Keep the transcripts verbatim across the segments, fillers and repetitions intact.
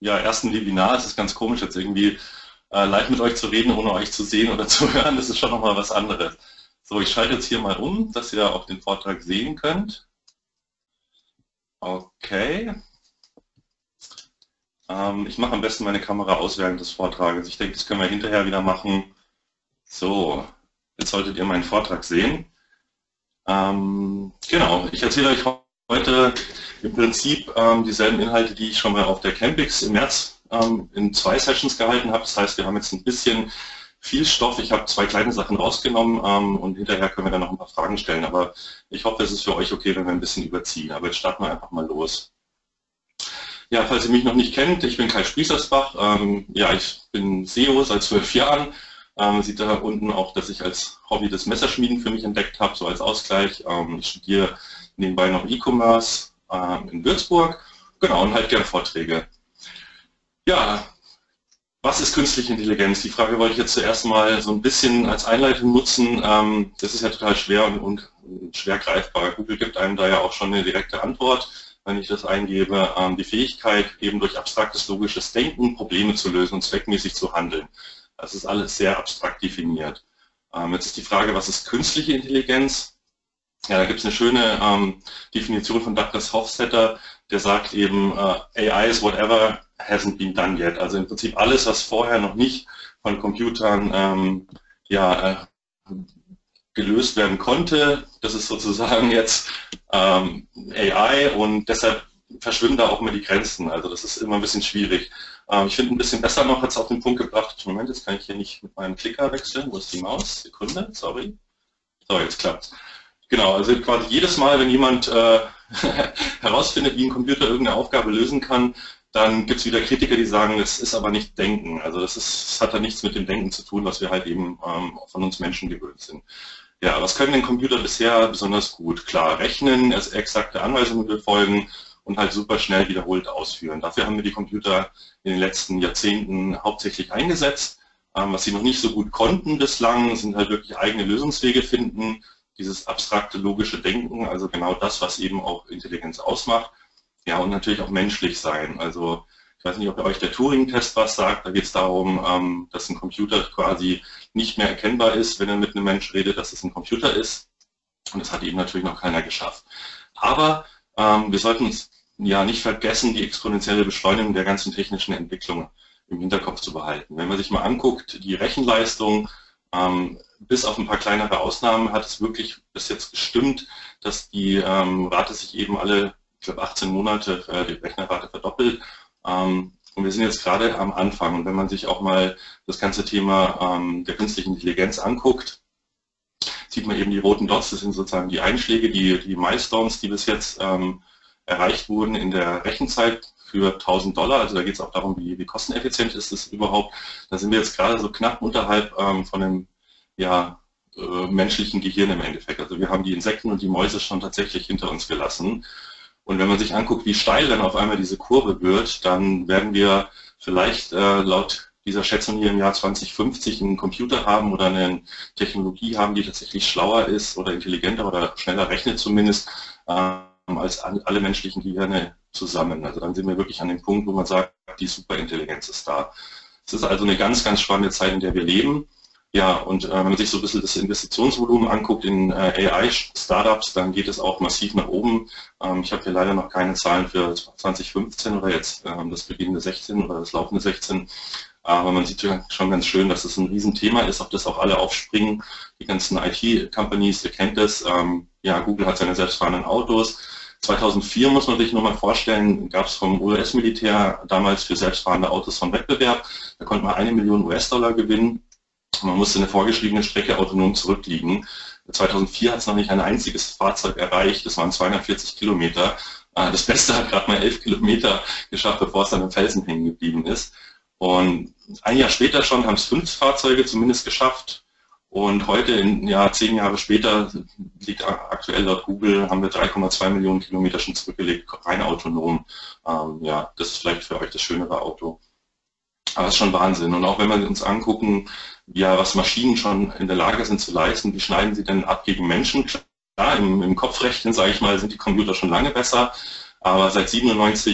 ja, ersten Webinar. Es ist ganz komisch, jetzt irgendwie äh, live mit euch zu reden, ohne euch zu sehen oder zu hören. Das ist schon nochmal was anderes. So, ich schalte jetzt hier mal um, dass ihr auch den Vortrag sehen könnt. Okay. Ähm, ich mache am besten meine Kamera aus während des Vortrages. Ich denke, das können wir hinterher wieder machen. So, jetzt solltet ihr meinen Vortrag sehen. Ähm, genau, ich erzähle euch heute im Prinzip ähm, dieselben Inhalte, die ich schon mal auf der Campix im März ähm, in zwei Sessions gehalten habe. Das heißt, wir haben jetzt ein bisschen viel Stoff. Ich habe zwei kleine Sachen rausgenommen ähm, und hinterher können wir dann noch ein paar Fragen stellen. Aber ich hoffe, es ist für euch okay, wenn wir ein bisschen überziehen. Aber jetzt starten wir einfach mal los. Ja, falls ihr mich noch nicht kennt, ich bin Kai Spießersbach. Ähm, ja, ich bin S E O seit zwölf Jahren. Ähm, sieht da unten auch, dass ich als Hobby das Messerschmieden für mich entdeckt habe, so als Ausgleich. Ähm, ich studiere nebenbei noch E-Commerce ähm, in Würzburg. Genau, und halt gerne Vorträge. Ja, was ist künstliche Intelligenz? Die Frage wollte ich jetzt zuerst mal so ein bisschen als Einleitung nutzen. Ähm, das ist ja total schwer und, und schwer greifbar. Google gibt einem da ja auch schon eine direkte Antwort, wenn ich das eingebe. Ähm, die Fähigkeit, eben durch abstraktes logisches Denken Probleme zu lösen und zweckmäßig zu handeln. Das ist alles sehr abstrakt definiert. Ähm, jetzt ist die Frage, was ist künstliche Intelligenz? Ja, da gibt es eine schöne ähm, Definition von Douglas Hofstadter, der sagt eben, äh, A I is whatever hasn't been done yet. Also im Prinzip alles, was vorher noch nicht von Computern ähm, ja, äh, gelöst werden konnte, das ist sozusagen jetzt ähm, A I und deshalb verschwimmen da auch immer die Grenzen. Also das ist immer ein bisschen schwierig. Ähm, ich finde ein bisschen besser noch, hat es auf den Punkt gebracht. Moment, jetzt kann ich hier nicht mit meinem Klicker wechseln. Wo ist die Maus? Sekunde, sorry. So, jetzt klappt's. Genau, also quasi jedes Mal, wenn jemand äh, herausfindet, wie ein Computer irgendeine Aufgabe lösen kann, dann gibt es wieder Kritiker, die sagen, das ist aber nicht Denken. Also das, ist, das hat da nichts mit dem Denken zu tun, was wir halt eben ähm, von uns Menschen gewöhnt sind. Ja, was können denn Computer bisher besonders gut? Klar, rechnen, also exakte Anweisungen befolgen und halt super schnell wiederholt ausführen. Dafür haben wir die Computer in den letzten Jahrzehnten hauptsächlich eingesetzt. Ähm, was sie noch nicht so gut konnten bislang, sind halt wirklich eigene Lösungswege finden, dieses abstrakte logische Denken, also genau das, was eben auch Intelligenz ausmacht. Ja, und natürlich auch menschlich sein. Also ich weiß nicht, ob euch der Turing-Test was sagt. Da geht es darum, ähm, dass ein Computer quasi nicht mehr erkennbar ist, wenn er mit einem Menschen redet, dass es ein Computer ist. Und das hat eben natürlich noch keiner geschafft. Aber ähm, wir sollten uns ja nicht vergessen, die exponentielle Beschleunigung der ganzen technischen Entwicklung im Hinterkopf zu behalten. Wenn man sich mal anguckt, die Rechenleistung, ähm, bis auf ein paar kleinere Ausnahmen hat es wirklich bis jetzt gestimmt, dass die ähm, Rate sich eben alle, ich glaube achtzehn Monate, äh, die Rechnerrate verdoppelt. Ähm, und wir sind jetzt gerade am Anfang. Und wenn man sich auch mal das ganze Thema ähm, der künstlichen Intelligenz anguckt, sieht man eben die roten Dots, das sind sozusagen die Einschläge, die, die Milestones, die bis jetzt ähm, erreicht wurden in der Rechenzeit für tausend Dollar. Also da geht es auch darum, wie, wie kosteneffizient ist es überhaupt. Da sind wir jetzt gerade so knapp unterhalb ähm, von dem ja, äh, menschlichen Gehirn im Endeffekt. Also wir haben die Insekten und die Mäuse schon tatsächlich hinter uns gelassen. Und wenn man sich anguckt, wie steil dann auf einmal diese Kurve wird, dann werden wir vielleicht äh, laut dieser Schätzung hier im Jahr zwanzig fünfzig einen Computer haben oder eine Technologie haben, die tatsächlich schlauer ist oder intelligenter oder schneller rechnet zumindest, äh, als alle menschlichen Gehirne zusammen. Also dann sind wir wirklich an dem Punkt, wo man sagt, die Superintelligenz ist da. Es ist also eine ganz, ganz spannende Zeit, in der wir leben. Ja, und äh, wenn man sich so ein bisschen das Investitionsvolumen anguckt in äh, A I-Startups, dann geht es auch massiv nach oben. Ähm, ich habe hier leider noch keine Zahlen für zwanzig fünfzehn oder jetzt ähm, das beginnende sechzehn oder das laufende sechzehn. Aber man sieht schon ganz schön, dass es ein Riesenthema ist, auf das auch alle aufspringen. Die ganzen I T-Companies, ihr kennt das. Ähm, ja, Google hat seine selbstfahrenden Autos. zweitausendvier muss man sich nur mal vorstellen, gab es vom U S-Militär damals für selbstfahrende Autos von Wettbewerb. Da konnte man eine Million U S-Dollar gewinnen. Man musste eine vorgeschriebene Strecke autonom zurückliegen. zweitausendvier hat es noch nicht ein einziges Fahrzeug erreicht, das waren zweihundertvierzig Kilometer. Das Beste hat gerade mal elf Kilometer geschafft, bevor es dann im Felsen hängen geblieben ist. Und ein Jahr später schon haben es fünf Fahrzeuge zumindest geschafft. Und heute, in, ja, zehn Jahre später, liegt aktuell laut Google, haben wir drei Komma zwei Millionen Kilometer schon zurückgelegt, rein autonom. Ähm, ja, das ist vielleicht für euch das schönere Auto. Aber das ist schon Wahnsinn. Und auch wenn wir uns angucken, ja, was Maschinen schon in der Lage sind zu leisten, wie schneiden sie denn ab gegen Menschen? Klar, im, im Kopfrechnen, sage ich mal, sind die Computer schon lange besser, aber seit siebenundneunzig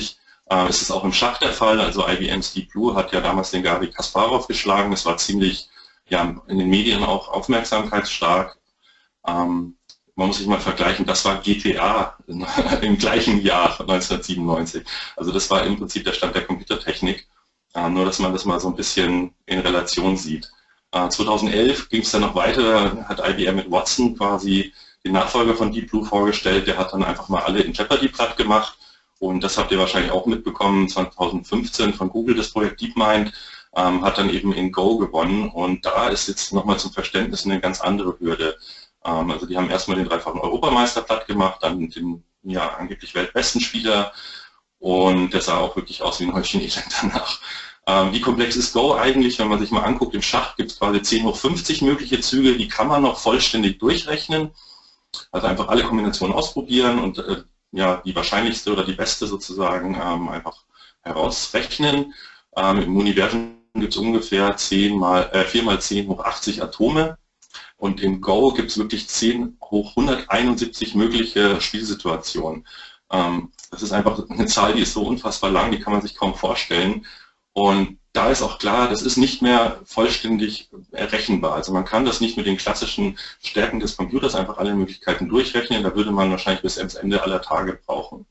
Äh, es ist auch im Schach der Fall, also I B M's Deep Blue hat ja damals den Garry Kasparov geschlagen, das war ziemlich, ja, in den Medien auch aufmerksamkeitsstark. Ähm, man muss sich mal vergleichen, das war G T A im gleichen Jahr neunzehnhundertsiebenundneunzig. Also das war im Prinzip der Stand der Computertechnik, äh, nur dass man das mal so ein bisschen in Relation sieht. Äh, zweitausendelf ging es dann noch weiter, hat I B M mit Watson quasi den Nachfolger von Deep Blue vorgestellt, der hat dann einfach mal alle in Jeopardy platt gemacht und das habt ihr wahrscheinlich auch mitbekommen, zweitausendfünfzehn von Google, das Projekt DeepMind, ähm, hat dann eben in Go gewonnen und da ist jetzt nochmal zum Verständnis eine ganz andere Hürde. Ähm, also die haben erstmal den dreifachen Europameister platt gemacht, dann den ja, angeblich weltbesten Spieler und der sah auch wirklich aus wie ein Häufchen Elend danach. Ähm, wie komplex ist Go eigentlich, wenn man sich mal anguckt, im Schach gibt es quasi zehn hoch fünfzig mögliche Züge, die kann man noch vollständig durchrechnen. Also einfach alle Kombinationen ausprobieren und äh, ja, die wahrscheinlichste oder die beste sozusagen ähm, einfach herausrechnen. Ähm, Im Universum gibt es ungefähr zehn mal, äh, vier mal zehn hoch achtzig Atome und in Go gibt es wirklich zehn hoch hunderteinundsiebzig mögliche Spielsituationen. Ähm, das ist einfach eine Zahl, die ist so unfassbar lang, die kann man sich kaum vorstellen. Und da ist auch klar, das ist nicht mehr vollständig errechenbar. Also man kann das nicht mit den klassischen Stärken des Computers einfach alle Möglichkeiten durchrechnen. Da würde man wahrscheinlich bis ans Ende aller Tage brauchen.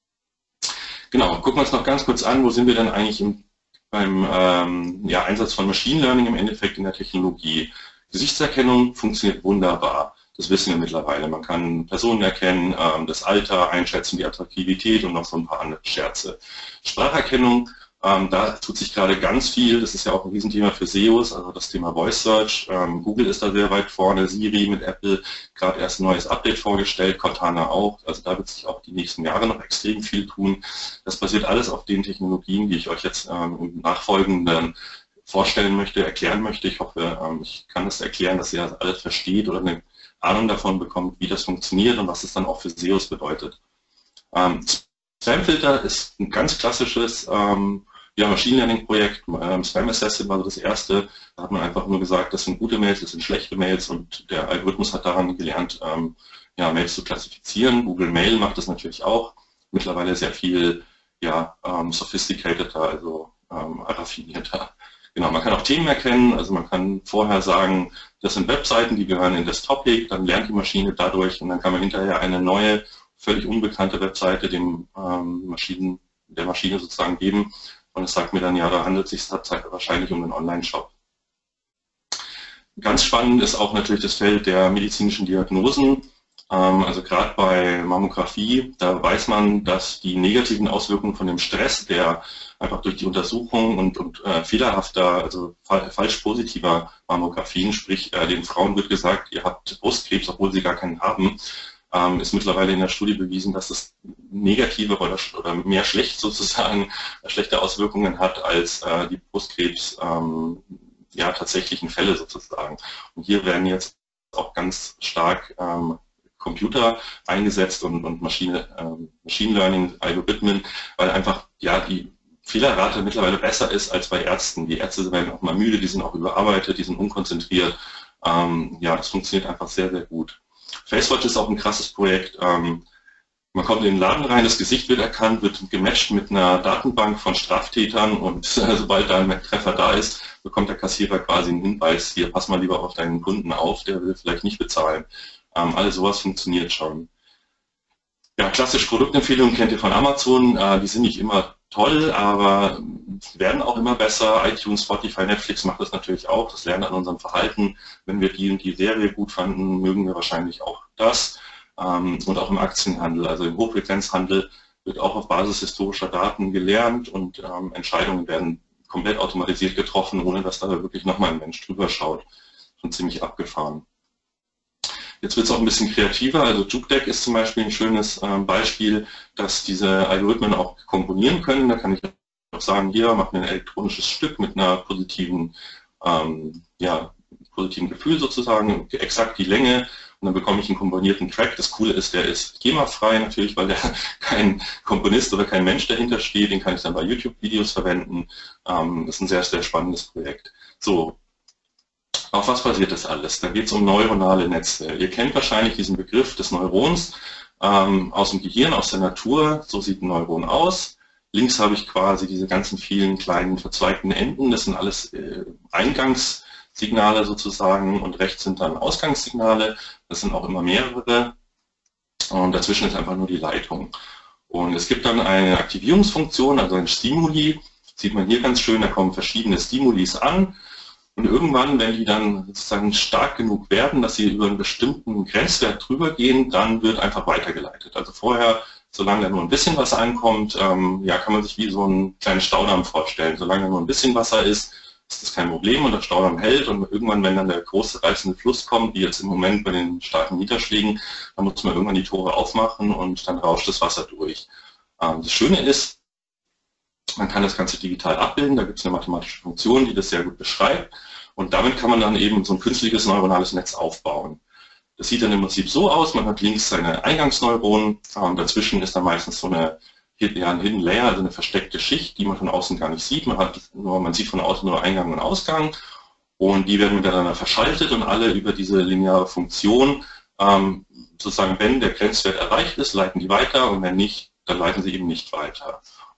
Genau, gucken wir uns noch ganz kurz an, wo sind wir denn eigentlich im, beim ähm, ja, Einsatz von Machine Learning im Endeffekt in der Technologie. Gesichtserkennung funktioniert wunderbar. Das wissen wir mittlerweile. Man kann Personen erkennen, ähm, das Alter einschätzen, die Attraktivität und noch so ein paar andere Scherze. Spracherkennung, Ähm, da tut sich gerade ganz viel, das ist ja auch ein Riesenthema für S E Os, also das Thema Voice Search. Ähm, Google ist da sehr weit vorne, Siri mit Apple gerade erst ein neues Update vorgestellt, Cortana auch, also da wird sich auch die nächsten Jahre noch extrem viel tun. Das basiert alles auf den Technologien, die ich euch jetzt ähm, im Nachfolgenden vorstellen möchte, erklären möchte. Ich hoffe, ähm, ich kann das erklären, dass ihr das alles versteht oder eine Ahnung davon bekommt, wie das funktioniert und was es dann auch für S E Os bedeutet. Ähm, Spamfilter ist ein ganz klassisches ähm, ja, Machine Learning Projekt. Ähm, Spam Assassin war so das erste. Da hat man einfach nur gesagt, das sind gute Mails, das sind schlechte Mails und der Algorithmus hat daran gelernt, ähm, ja, Mails zu klassifizieren. Google Mail macht das natürlich auch. Mittlerweile sehr viel ja, ähm, sophisticateder, also ähm, raffinierter. Genau, man kann auch Themen erkennen, also man kann vorher sagen, das sind Webseiten, die gehören in das Topic, dann lernt die Maschine dadurch und dann kann man hinterher eine neue, völlig unbekannte Webseite dem ähm, Maschinen, der Maschine sozusagen geben und es sagt mir dann, ja, da handelt es sich wahrscheinlich um einen Online-Shop. Ganz spannend ist auch natürlich das Feld der medizinischen Diagnosen. Ähm, also gerade bei Mammographie, da weiß man, dass die negativen Auswirkungen von dem Stress, der einfach durch die Untersuchung und, und äh, fehlerhafter, also fa falsch positiver Mammographien, sprich äh, den Frauen wird gesagt, ihr habt Brustkrebs, obwohl sie gar keinen haben, ähm, ist mittlerweile in der Studie bewiesen, dass es negative oder, oder mehr schlecht sozusagen schlechte Auswirkungen hat als äh, die Brustkrebs ähm, ja, tatsächlichen Fälle sozusagen. Und hier werden jetzt auch ganz stark ähm, Computer eingesetzt und, und Maschine, ähm, Machine Learning Algorithmen, weil einfach ja die Fehlerrate mittlerweile besser ist als bei Ärzten. Die Ärzte werden auch mal müde, die sind auch überarbeitet, die sind unkonzentriert. Ähm, ja, das funktioniert einfach sehr, sehr gut. FaceWatch ist auch ein krasses Projekt. Ähm, man kommt in den Laden rein, das Gesicht wird erkannt, wird gematcht mit einer Datenbank von Straftätern und äh, sobald da ein Treffer da ist, bekommt der Kassierer quasi einen Hinweis, hier, pass mal lieber auf deinen Kunden auf, der will vielleicht nicht bezahlen. Ähm, alles sowas funktioniert schon. Ja, klassische Produktempfehlungen kennt ihr von Amazon, äh, die sind nicht immer toll, aber werden auch immer besser. iTunes, Spotify, Netflix macht das natürlich auch, das lernt an unserem Verhalten. Wenn wir die und die Serie gut fanden, mögen wir wahrscheinlich auch das. Ähm, und auch im Aktienhandel, also im Hochfrequenzhandel wird auch auf Basis historischer Daten gelernt und ähm, Entscheidungen werden komplett automatisiert getroffen, ohne dass da wirklich nochmal ein Mensch drüber schaut. Schon ziemlich abgefahren. Jetzt wird es auch ein bisschen kreativer, also JukeDeck ist zum Beispiel ein schönes ähm, Beispiel, dass diese Algorithmen auch komponieren können. Da kann ich auch sagen, hier, mach mir ein elektronisches Stück mit einer positiven, ähm, ja, positiven Gefühl sozusagen, exakt die Länge und dann bekomme ich einen komponierten Track. Das Coole ist, der ist GEMA-frei natürlich, weil der kein Komponist oder kein Mensch dahinter steht, den kann ich dann bei YouTube-Videos verwenden. Ähm, das ist ein sehr, sehr spannendes Projekt. So. Auf was basiert das alles? Da geht es um neuronale Netze. Ihr kennt wahrscheinlich diesen Begriff des Neurons ähm, aus dem Gehirn, aus der Natur. So sieht ein Neuron aus. Links habe ich quasi diese ganzen vielen kleinen verzweigten Enden, das sind alles äh, Eingangssignale sozusagen und rechts sind dann Ausgangssignale, das sind auch immer mehrere und dazwischen ist einfach nur die Leitung. Und es gibt dann eine Aktivierungsfunktion, also ein Stimuli, sieht man hier ganz schön, da kommen verschiedene Stimulis an und irgendwann, wenn die dann sozusagen stark genug werden, dass sie über einen bestimmten Grenzwert drüber gehen, dann wird einfach weitergeleitet. Also vorher, solange da nur ein bisschen Wasser ankommt, ähm, ja, kann man sich wie so einen kleinen Staudamm vorstellen. Solange da nur ein bisschen Wasser ist, ist das kein Problem und der Staudamm hält und irgendwann, wenn dann der große reißende Fluss kommt, wie jetzt im Moment bei den starken Niederschlägen, dann muss man irgendwann die Tore aufmachen und dann rauscht das Wasser durch. Ähm, das Schöne ist, man kann das Ganze digital abbilden, da gibt es eine mathematische Funktion, die das sehr gut beschreibt und damit kann man dann eben so ein künstliches neuronales Netz aufbauen. Das sieht dann im Prinzip so aus, man hat links seine Eingangsneuronen, ähm, dazwischen ist dann meistens so eine, ja, ein Hidden Layer, also eine versteckte Schicht, die man von außen gar nicht sieht, man, hat nur, man sieht von außen nur Eingang und Ausgang und die werden miteinander verschaltet und alle über diese lineare Funktion, ähm, sozusagen wenn der Grenzwert erreicht ist, leiten die weiter und wenn nicht, dann leiten sie eben nicht weiter.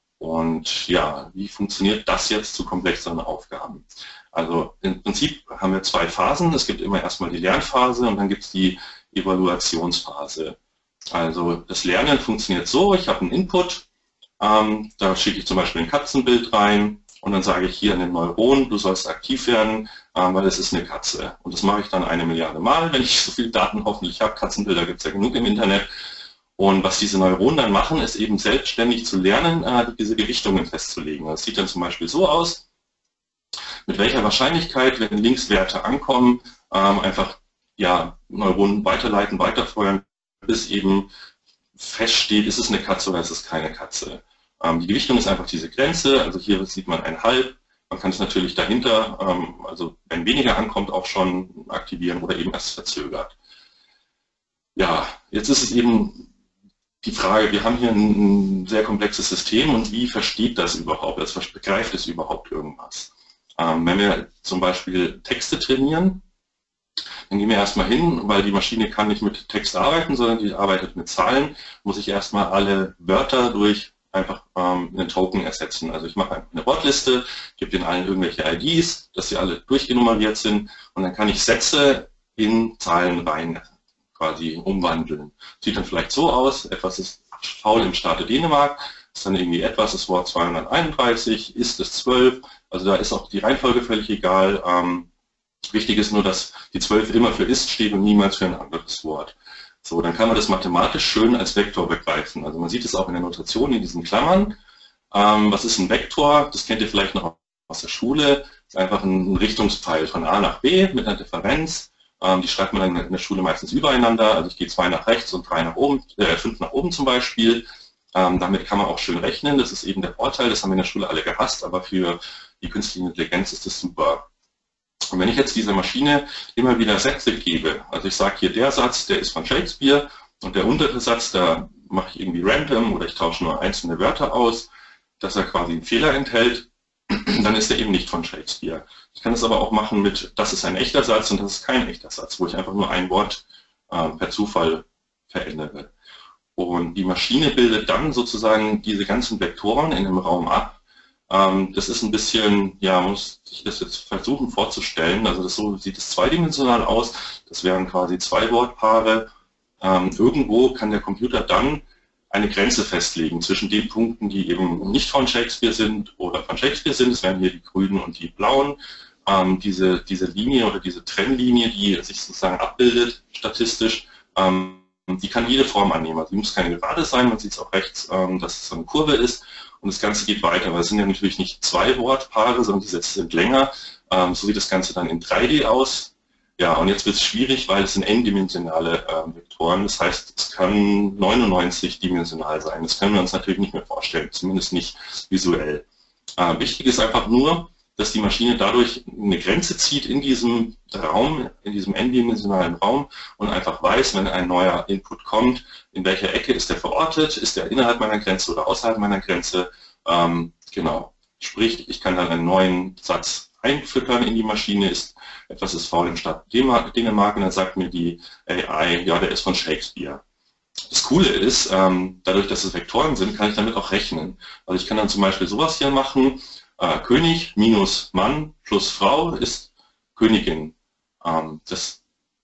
Und ja, wie funktioniert das jetzt zu komplexeren Aufgaben? Also im Prinzip haben wir zwei Phasen. Es gibt immer erstmal die Lernphase und dann gibt es die Evaluationsphase. Also das Lernen funktioniert so, ich habe einen Input, ähm, da schicke ich zum Beispiel ein Katzenbild rein und dann sage ich hier an den Neuron, du sollst aktiv werden, ähm, weil es ist eine Katze. Und das mache ich dann eine Milliarde Mal, wenn ich so viele Daten hoffentlich habe. Katzenbilder gibt es ja genug im Internet. Und was diese Neuronen dann machen, ist eben selbstständig zu lernen, äh, diese Gewichtungen festzulegen. Das sieht dann zum Beispiel so aus, mit welcher Wahrscheinlichkeit, wenn links Werte ankommen, ähm, einfach ja, Neuronen weiterleiten, weiterfeuern, bis eben feststeht, ist es eine Katze oder ist es keine Katze. Ähm, die Gewichtung ist einfach diese Grenze, also hier sieht man ein Halb, man kann es natürlich dahinter, ähm, also wenn weniger ankommt, auch schon aktivieren oder eben erst verzögert. Ja, jetzt ist es eben die Frage, wir haben hier ein, ein sehr komplexes System und wie versteht das überhaupt, also begreift es überhaupt irgendwas? Ähm, wenn wir zum Beispiel Texte trainieren, dann gehen wir erstmal hin, weil die Maschine kann nicht mit Text arbeiten, sondern die arbeitet mit Zahlen, muss ich erstmal alle Wörter durch einfach ähm, einen Token ersetzen. Also ich mache einfach eine Wortliste, gebe den allen irgendwelche I Ds, dass sie alle durchgenummeriert sind und dann kann ich Sätze in Zahlen rein quasi umwandeln. Sieht dann vielleicht so aus, etwas ist faul im Staate Dänemark, ist dann irgendwie etwas, das Wort zweihunderteinunddreißig, ist es zwölf, also da ist auch die Reihenfolge völlig egal. Ähm, wichtig ist nur, dass die zwölf immer für ist steht und niemals für ein anderes Wort. So, dann kann man das mathematisch schön als Vektor begreifen. Also man sieht es auch in der Notation in diesen Klammern. Ähm, was ist ein Vektor? Das kennt ihr vielleicht noch aus der Schule. Das ist einfach ein Richtungspfeil von A nach B mit einer Differenz. Ähm, die schreibt man dann in der Schule meistens übereinander. Also ich gehe zwei nach rechts und drei nach oben, äh, fünf nach oben zum Beispiel. Ähm, damit kann man auch schön rechnen. Das ist eben der Vorteil. Das haben wir in der Schule alle gehasst, aber für die künstliche Intelligenz ist das super. Und wenn ich jetzt dieser Maschine immer wieder Sätze gebe, also ich sage hier, der Satz, der ist von Shakespeare und der untere Satz, da mache ich irgendwie random oder ich tausche nur einzelne Wörter aus, dass er quasi einen Fehler enthält, dann ist er eben nicht von Shakespeare. Ich kann es aber auch machen mit, das ist ein echter Satz und das ist kein echter Satz, wo ich einfach nur ein Wort äh, per Zufall verändere. Und die Maschine bildet dann sozusagen diese ganzen Vektoren in dem Raum ab. Das ist ein bisschen, ja, man muss sich das jetzt versuchen vorzustellen, also das, so sieht es zweidimensional aus, das wären quasi zwei Wortpaare. Ähm, irgendwo kann der Computer dann eine Grenze festlegen zwischen den Punkten, die eben nicht von Shakespeare sind oder von Shakespeare sind, das wären hier die grünen und die blauen. Ähm, diese, diese Linie oder diese Trennlinie, die sich sozusagen abbildet, statistisch, ähm, die kann jede Form annehmen. Also die muss keine gerade sein, man sieht es auch rechts, ähm, dass es so eine Kurve ist. Und das Ganze geht weiter, weil es sind ja natürlich nicht zwei Wortpaare, sondern die Sätze sind länger. Ähm, so sieht das Ganze dann in drei D aus. Ja, und jetzt wird es schwierig, weil es sind n-dimensionale äh, Vektoren. Das heißt, es kann neunundneunzig dimensional sein. Das können wir uns natürlich nicht mehr vorstellen, zumindest nicht visuell. Äh, wichtig ist einfach nur, dass die Maschine dadurch eine Grenze zieht in diesem Raum, in diesem n-dimensionalen Raum und einfach weiß, wenn ein neuer Input kommt, in welcher Ecke ist der verortet, ist der innerhalb meiner Grenze oder außerhalb meiner Grenze. Ähm, genau. Sprich, ich kann dann einen neuen Satz einfüttern in die Maschine, ist, etwas ist faul im Staat Dänemark und dann sagt mir die A I, ja, der ist von Shakespeare. Das Coole ist, ähm, dadurch, dass es Vektoren sind, kann ich damit auch rechnen. Also ich kann dann zum Beispiel sowas hier machen, äh, König minus Mann plus Frau ist Königin. Ähm, das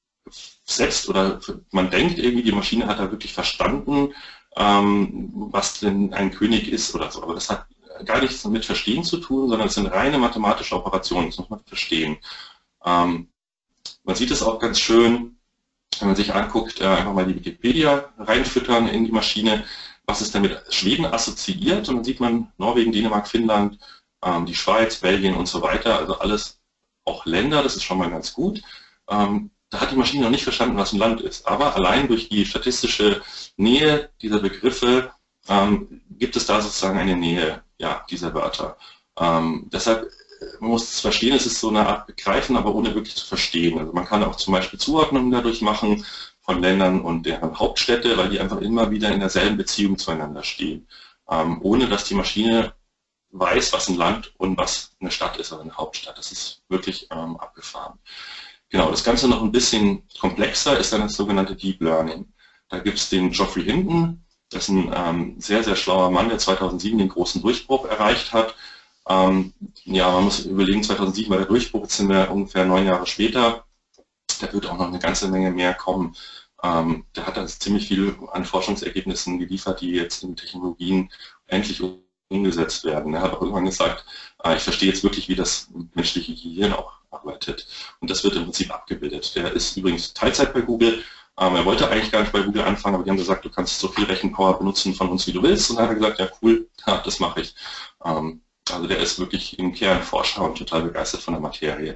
setzt oder man denkt irgendwie, die Maschine hat da wirklich verstanden, ähm, was denn ein König ist oder so. Aber das hat gar nichts mit Verstehen zu tun, sondern es sind reine mathematische Operationen, das muss man verstehen. Ähm, man sieht es auch ganz schön, wenn man sich anguckt, äh, einfach mal die Wikipedia reinfüttern in die Maschine, was ist denn mit Schweden assoziiert, und dann sieht man Norwegen, Dänemark, Finnland, ähm, die Schweiz, Belgien und so weiter, also alles auch Länder, das ist schon mal ganz gut. Ähm, da hat die Maschine noch nicht verstanden, was ein Land ist, aber allein durch die statistische Nähe dieser Begriffe ähm, gibt es da sozusagen eine Nähe, ja, dieser Wörter. Ähm, deshalb man muss es verstehen, es ist so eine Art Begreifen, aber ohne wirklich zu verstehen. Also man kann auch zum Beispiel Zuordnungen dadurch machen von Ländern und deren Hauptstädte, weil die einfach immer wieder in derselben Beziehung zueinander stehen, ähm, ohne dass die Maschine weiß, was ein Land und was eine Stadt ist, also eine Hauptstadt. Das ist wirklich ähm, abgefahren. Genau, das Ganze noch ein bisschen komplexer ist dann das sogenannte Deep Learning. Da gibt es den Geoffrey Hinton, das ist ein ähm, sehr, sehr schlauer Mann, der zweitausendsieben den großen Durchbruch erreicht hat. Ähm, ja, man muss überlegen, zweitausendsieben war der Durchbruch, jetzt sind wir ungefähr neun Jahre später. Da wird auch noch eine ganze Menge mehr kommen. Ähm, der hat also ziemlich viel an Forschungsergebnissen geliefert, die jetzt in Technologien endlich umgesetzt werden. Er hat auch irgendwann gesagt, äh, ich verstehe jetzt wirklich, wie das menschliche Gehirn auch arbeitet. Und das wird im Prinzip abgebildet. Der ist übrigens Teilzeit bei Google. Ähm, er wollte eigentlich gar nicht bei Google anfangen, aber die haben gesagt, du kannst so viel Rechenpower benutzen von uns, wie du willst. Und dann hat er gesagt, ja cool, ja, das mache ich. Ähm, Also der ist wirklich im Kern Forscher und total begeistert von der Materie.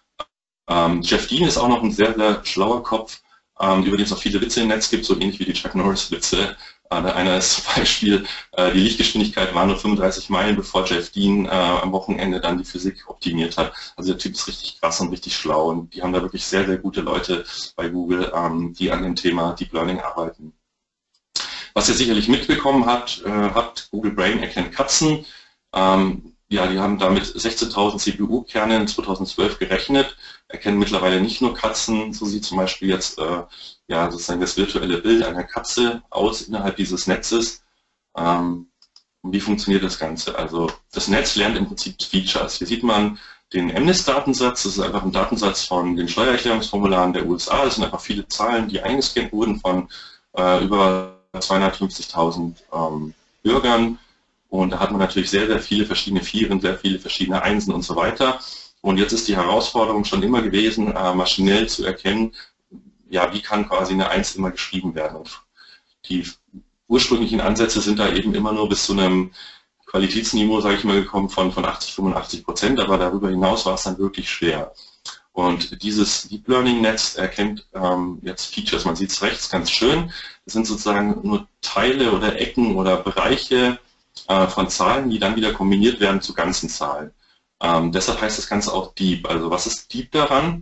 Ähm, Jeff Dean ist auch noch ein sehr, sehr schlauer Kopf, ähm, über den es auch viele Witze im Netz gibt, so ähnlich wie die Chuck Norris-Witze. Äh, einer ist zum Beispiel, äh, die Lichtgeschwindigkeit war nur fünfunddreißig Meilen, bevor Jeff Dean äh, am Wochenende dann die Physik optimiert hat. Also der Typ ist richtig krass und richtig schlau, und die haben da wirklich sehr, sehr gute Leute bei Google, ähm, die an dem Thema Deep Learning arbeiten. Was ihr sicherlich mitbekommen habt, äh, habt Google Brain erkennt Katzen. Ähm, ja, die haben damit sechzehntausend C P U-Kerne in zweitausendzwölf gerechnet, erkennen mittlerweile nicht nur Katzen, so sieht zum Beispiel jetzt äh, ja, sozusagen das virtuelle Bild einer Katze aus innerhalb dieses Netzes. Ähm, wie funktioniert das Ganze? Also das Netz lernt im Prinzip Features. Hier sieht man den M N I S-Datensatz, das ist einfach ein Datensatz von den Steuererklärungsformularen der U S A. Das sind einfach viele Zahlen, die eingescannt wurden von äh, über zweihundertfünfzigtausend ähm, Bürgern. Und da hat man natürlich sehr, sehr viele verschiedene Vieren, sehr viele verschiedene Einsen und so weiter. Und jetzt ist die Herausforderung schon immer gewesen, äh, maschinell zu erkennen, ja, wie kann quasi eine Eins immer geschrieben werden. Und die ursprünglichen Ansätze sind da eben immer nur bis zu einem Qualitätsniveau, sage ich mal, gekommen von, von achtzig, fünfundachtzig Prozent, aber darüber hinaus war es dann wirklich schwer. Und dieses Deep Learning Netz erkennt ähm, jetzt Features. Man sieht es rechts ganz schön. Das sind sozusagen nur Teile oder Ecken oder Bereiche äh, von Zahlen, die dann wieder kombiniert werden zu ganzen Zahlen. Ähm, deshalb heißt das Ganze auch Deep. Also was ist Deep daran?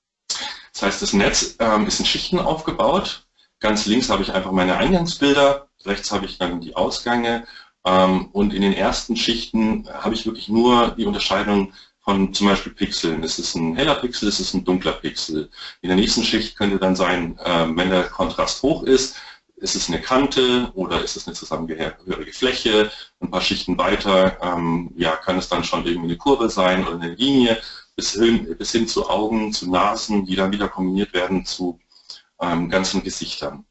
Das heißt, das Netz ähm, ist in Schichten aufgebaut. Ganz links habe ich einfach meine Eingangsbilder, rechts habe ich dann die Ausgänge. Ähm, und in den ersten Schichten habe ich wirklich nur die Unterscheidung von zum Beispiel Pixeln. Ist es ein heller Pixel, ist es ein dunkler Pixel? In der nächsten Schicht könnte dann sein, ähm, wenn der Kontrast hoch ist, ist es eine Kante oder ist es eine zusammengehörige Fläche? Ein paar Schichten weiter ähm, ja, kann es dann schon irgendwie eine Kurve sein oder eine Linie, bis hin, bis hin zu Augen, zu Nasen, die dann wieder kombiniert werden zu ähm, ganzen Gesichtern.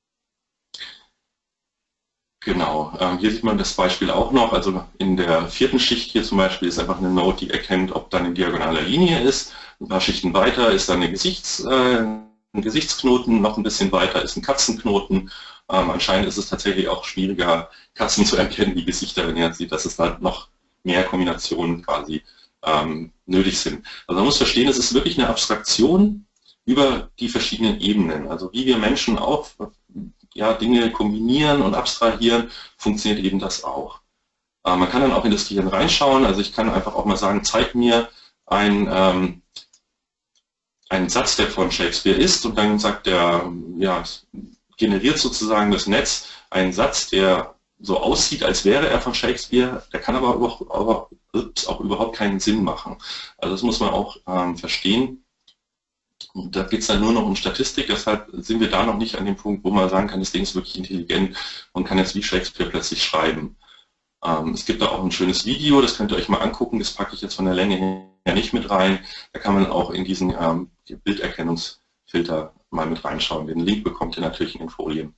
Genau, ähm, hier sieht man das Beispiel auch noch, also in der vierten Schicht hier zum Beispiel ist einfach eine Node, die erkennt, ob da eine diagonale Linie ist. Ein paar Schichten weiter ist dann eine Gesichts, äh, ein Gesichtsknoten, noch ein bisschen weiter ist ein Katzenknoten. Ähm, anscheinend ist es tatsächlich auch schwieriger, Katzen zu erkennen, wie Gesichter, wenn ihr sieht, dass es da noch mehr Kombinationen quasi ähm, nötig sind. Also man muss verstehen, es ist wirklich eine Abstraktion über die verschiedenen Ebenen. Also wie wir Menschen auch ja, Dinge kombinieren und abstrahieren, funktioniert eben das auch. Äh, man kann dann auch in das Gehirn reinschauen, also ich kann einfach auch mal sagen, zeig mir ein, ähm, einen Satz, der von Shakespeare ist, und dann sagt der, ja, generiert sozusagen das Netz einen Satz, der so aussieht, als wäre er von Shakespeare, der kann aber auch, aber, auch überhaupt keinen Sinn machen. Also das muss man auch ähm, verstehen. Und da geht es dann nur noch um Statistik, deshalb sind wir da noch nicht an dem Punkt, wo man sagen kann, das Ding ist wirklich intelligent und kann jetzt wie Shakespeare plötzlich schreiben. Ähm, es gibt da auch ein schönes Video, das könnt ihr euch mal angucken, das packe ich jetzt von der Länge her nicht mit rein. Da kann man auch in diesen ähm, Bilderkennungsfilter mal mit reinschauen. Den Link bekommt ihr natürlich in den Folien.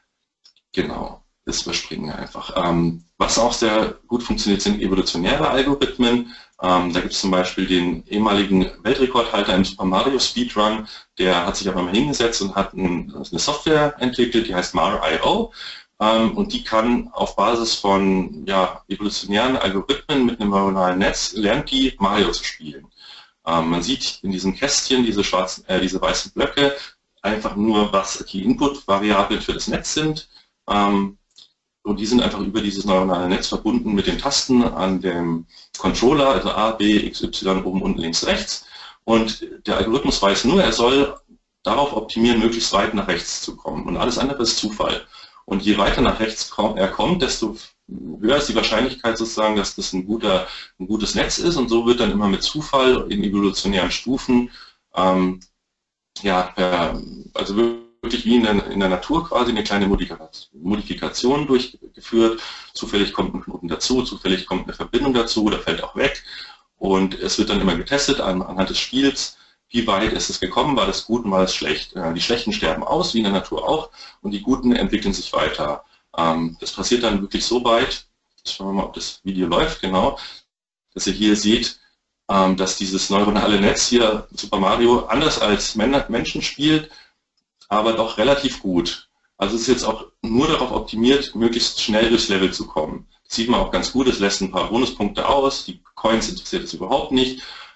Genau, das überspringen wir einfach. Ähm, was auch sehr gut funktioniert, sind evolutionäre Algorithmen. Ähm, da gibt es zum Beispiel den ehemaligen Weltrekordhalter im Super Mario Speedrun, der hat sich aber mal hingesetzt und hat ein, eine Software entwickelt, die heißt Mario Punkt i o. Ähm, und die kann auf Basis von ja, evolutionären Algorithmen mit einem neuronalen Netz, lernt die Mario zu spielen. Ähm, man sieht in diesen Kästchen diese, schwarzen, äh, diese weißen Blöcke einfach nur, was die Input-Variablen für das Netz sind. Ähm, und die sind einfach über dieses neuronale Netz verbunden mit den Tasten an dem Controller, also A, B, X, Y, oben, unten, links, rechts. Und der Algorithmus weiß nur, er soll darauf optimieren, möglichst weit nach rechts zu kommen. Und alles andere ist Zufall. Und je weiter nach rechts er kommt, desto höher ist die Wahrscheinlichkeit sozusagen, dass das ein, guter, ein gutes Netz ist. Und so wird dann immer mit Zufall in evolutionären Stufen, ähm, ja, per, also wirklich wie in der, in der Natur quasi eine kleine Modifikation durchgeführt. Zufällig kommt ein Knoten dazu, zufällig kommt eine Verbindung dazu, oder fällt auch weg. Und es wird dann immer getestet an, anhand des Spiels, wie weit ist es gekommen, war das gut und war das schlecht. Die Schlechten sterben aus, wie in der Natur auch, und die Guten entwickeln sich weiter. Das passiert dann wirklich so weit, schauen wir mal, ob das Video läuft, genau, dass ihr hier seht, dass dieses neuronale Netz hier, Super Mario, anders als Menschen spielt, aber doch relativ gut. Also es ist jetzt auch nur darauf optimiert, möglichst schnell durchs Level zu kommen. Das sieht man auch ganz gut, es lässt ein paar Bonuspunkte aus, die Coins interessiert es überhaupt nicht.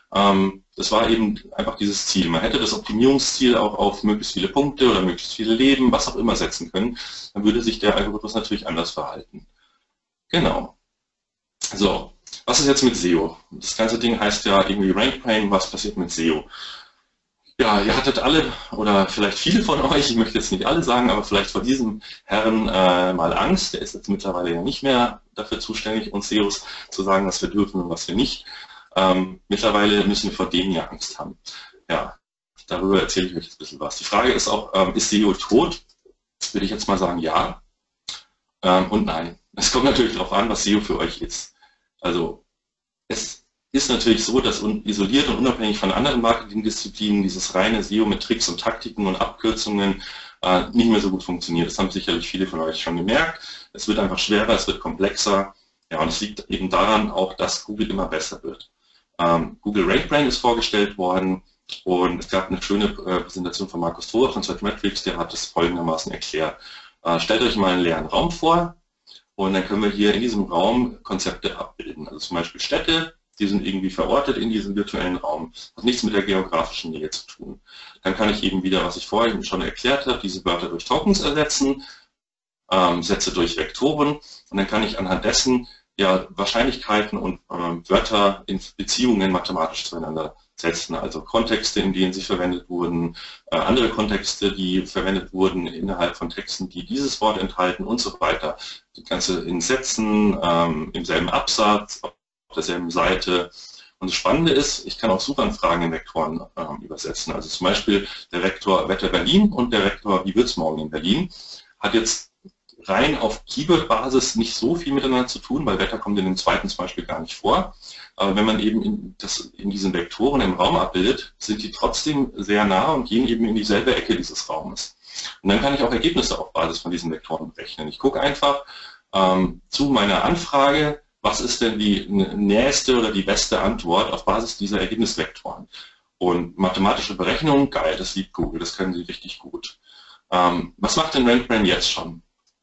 Das war eben einfach dieses Ziel. Man hätte das Optimierungsziel auch auf möglichst viele Punkte oder möglichst viele Leben, was auch immer setzen können. Dann würde sich der Algorithmus natürlich anders verhalten. Genau. So, was ist jetzt mit S E O? Das ganze Ding heißt ja irgendwie RankBrain, was passiert mit S E O? Ja, ihr hattet alle, oder vielleicht viele von euch, ich möchte jetzt nicht alle sagen, aber vielleicht vor diesem Herrn äh, mal Angst. Der ist jetzt mittlerweile ja nicht mehr dafür zuständig, uns S E Os zu sagen, was wir dürfen und was wir nicht. Ähm, mittlerweile müssen wir vor dem ja Angst haben. Ja, darüber erzähle ich euch jetzt ein bisschen was. Die Frage ist auch, ähm, ist S E O tot? Würde ich jetzt mal sagen, ja ähm, und nein. Es kommt natürlich darauf an, was S E O für euch ist. Also es ist natürlich so, dass isoliert und unabhängig von anderen Marketingdisziplinen dieses reine S E O mit Tricks und Taktiken und Abkürzungen äh, nicht mehr so gut funktioniert. Das haben sicherlich viele von euch schon gemerkt. Es wird einfach schwerer, es wird komplexer. Ja, und es liegt eben daran auch, dass Google immer besser wird. Ähm, Google RankBrain ist vorgestellt worden und es gab eine schöne äh, Präsentation von Markus Thorer von Searchmetrics, der hat es folgendermaßen erklärt. Äh, stellt euch mal einen leeren Raum vor und dann können wir hier in diesem Raum Konzepte abbilden. Also zum Beispiel Städte, die sind irgendwie verortet in diesem virtuellen Raum. Das hat nichts mit der geografischen Nähe zu tun. Dann kann ich eben wieder, was ich vorhin schon erklärt habe, diese Wörter durch Tokens ersetzen, ähm, Sätze durch Vektoren und dann kann ich anhand dessen ja, Wahrscheinlichkeiten und ähm, Wörter in Beziehungen mathematisch zueinander setzen, also Kontexte, in denen sie verwendet wurden, äh, andere Kontexte, die verwendet wurden innerhalb von Texten, die dieses Wort enthalten und so weiter. Das Ganze in Sätzen, ähm, im selben Absatz, auf derselben Seite. Und das Spannende ist, ich kann auch Suchanfragen in Vektoren ähm, übersetzen. Also zum Beispiel der Vektor Wetter Berlin und der Vektor Wie wird's morgen in Berlin hat jetzt rein auf Keyword-Basis nicht so viel miteinander zu tun, weil Wetter kommt in dem zweiten zum Beispiel gar nicht vor. Aber wenn man eben in, das, in diesen Vektoren im Raum abbildet, sind die trotzdem sehr nah und gehen eben in dieselbe Ecke dieses Raumes. Und dann kann ich auch Ergebnisse auf Basis von diesen Vektoren berechnen. Ich gucke einfach ähm, zu meiner Anfrage, was ist denn die nächste oder die beste Antwort auf Basis dieser Ergebnisvektoren. Und mathematische Berechnungen, geil, das liebt Google, das können sie richtig gut. Ähm, was macht denn RankBrain jetzt schon?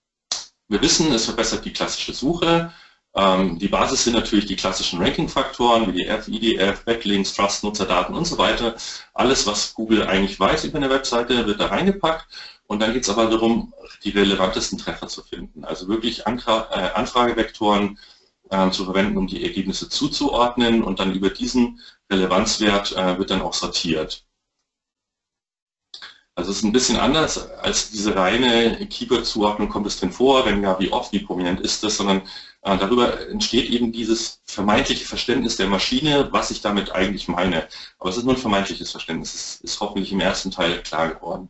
Wir wissen, es verbessert die klassische Suche. Ähm, die Basis sind natürlich die klassischen Ranking-Faktoren wie die F, I D F, Backlinks, Trust, Nutzerdaten und so weiter. Alles, was Google eigentlich weiß über eine Webseite, wird da reingepackt. Und dann geht es aber darum, die relevantesten Treffer zu finden. Also wirklich Antra äh, Anfragevektoren äh, zu verwenden, um die Ergebnisse zuzuordnen. Und dann über diesen Relevanzwert äh, wird dann auch sortiert. Also es ist ein bisschen anders als diese reine Keyword-Zuordnung, kommt es drin vor, wenn ja, wie oft, wie prominent ist das, sondern äh, darüber entsteht eben dieses vermeintliche Verständnis der Maschine, was ich damit eigentlich meine. Aber es ist nur ein vermeintliches Verständnis, es ist hoffentlich im ersten Teil klar geworden.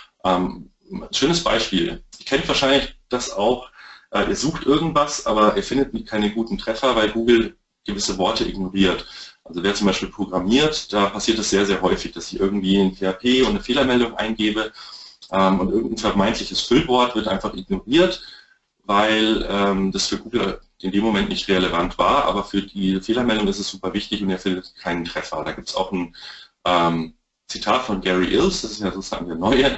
Ähm, schönes Beispiel. Ihr kennt wahrscheinlich das auch, äh, ihr sucht irgendwas, aber ihr findet keine guten Treffer, weil Google gewisse Worte ignoriert. Also wer zum Beispiel programmiert, da passiert es sehr, sehr häufig, dass ich irgendwie in P H P und eine Fehlermeldung eingebe ähm, und irgendein vermeintliches Füllwort wird einfach ignoriert, weil ähm, das für Google in dem Moment nicht relevant war, aber für die Fehlermeldung ist es super wichtig und er findet keinen Treffer. Da gibt es auch ein ähm, Zitat von Gary Ilse, das ist ja sozusagen der neue,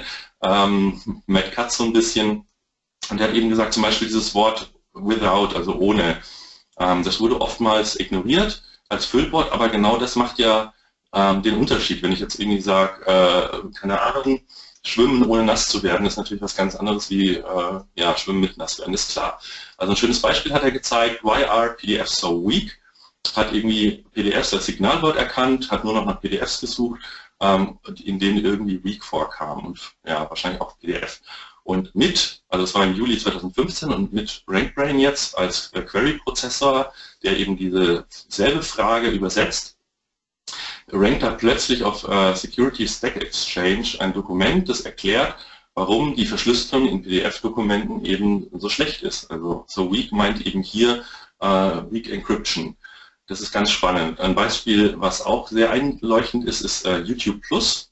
ähm, Matt Cutts so ein bisschen, und der hat eben gesagt, zum Beispiel dieses Wort without, also ohne, ähm, das wurde oftmals ignoriert als Füllwort, aber genau das macht ja ähm, den Unterschied. Wenn ich jetzt irgendwie sage, äh, keine Ahnung, schwimmen ohne nass zu werden, ist natürlich was ganz anderes wie äh, ja, schwimmen mit nass werden, ist klar. Also ein schönes Beispiel hat er gezeigt, why are P D Fs so weak? Hat irgendwie P D Fs als Signalwort erkannt, hat nur noch nach P D Fs gesucht, ähm, in denen irgendwie weak vorkam und ja, wahrscheinlich auch P D F. Und mit, also es war im Juli zweitausendfünfzehn und mit RankBrain jetzt als Query-Prozessor, der eben diese selbe Frage übersetzt, rankt er plötzlich auf äh, Security Stack Exchange ein Dokument, das erklärt, warum die Verschlüsselung in P D F-Dokumenten eben so schlecht ist. Also so weak meint eben hier äh, Weak Encryption. Das ist ganz spannend. Ein Beispiel, was auch sehr einleuchtend ist, ist äh, YouTube Plus.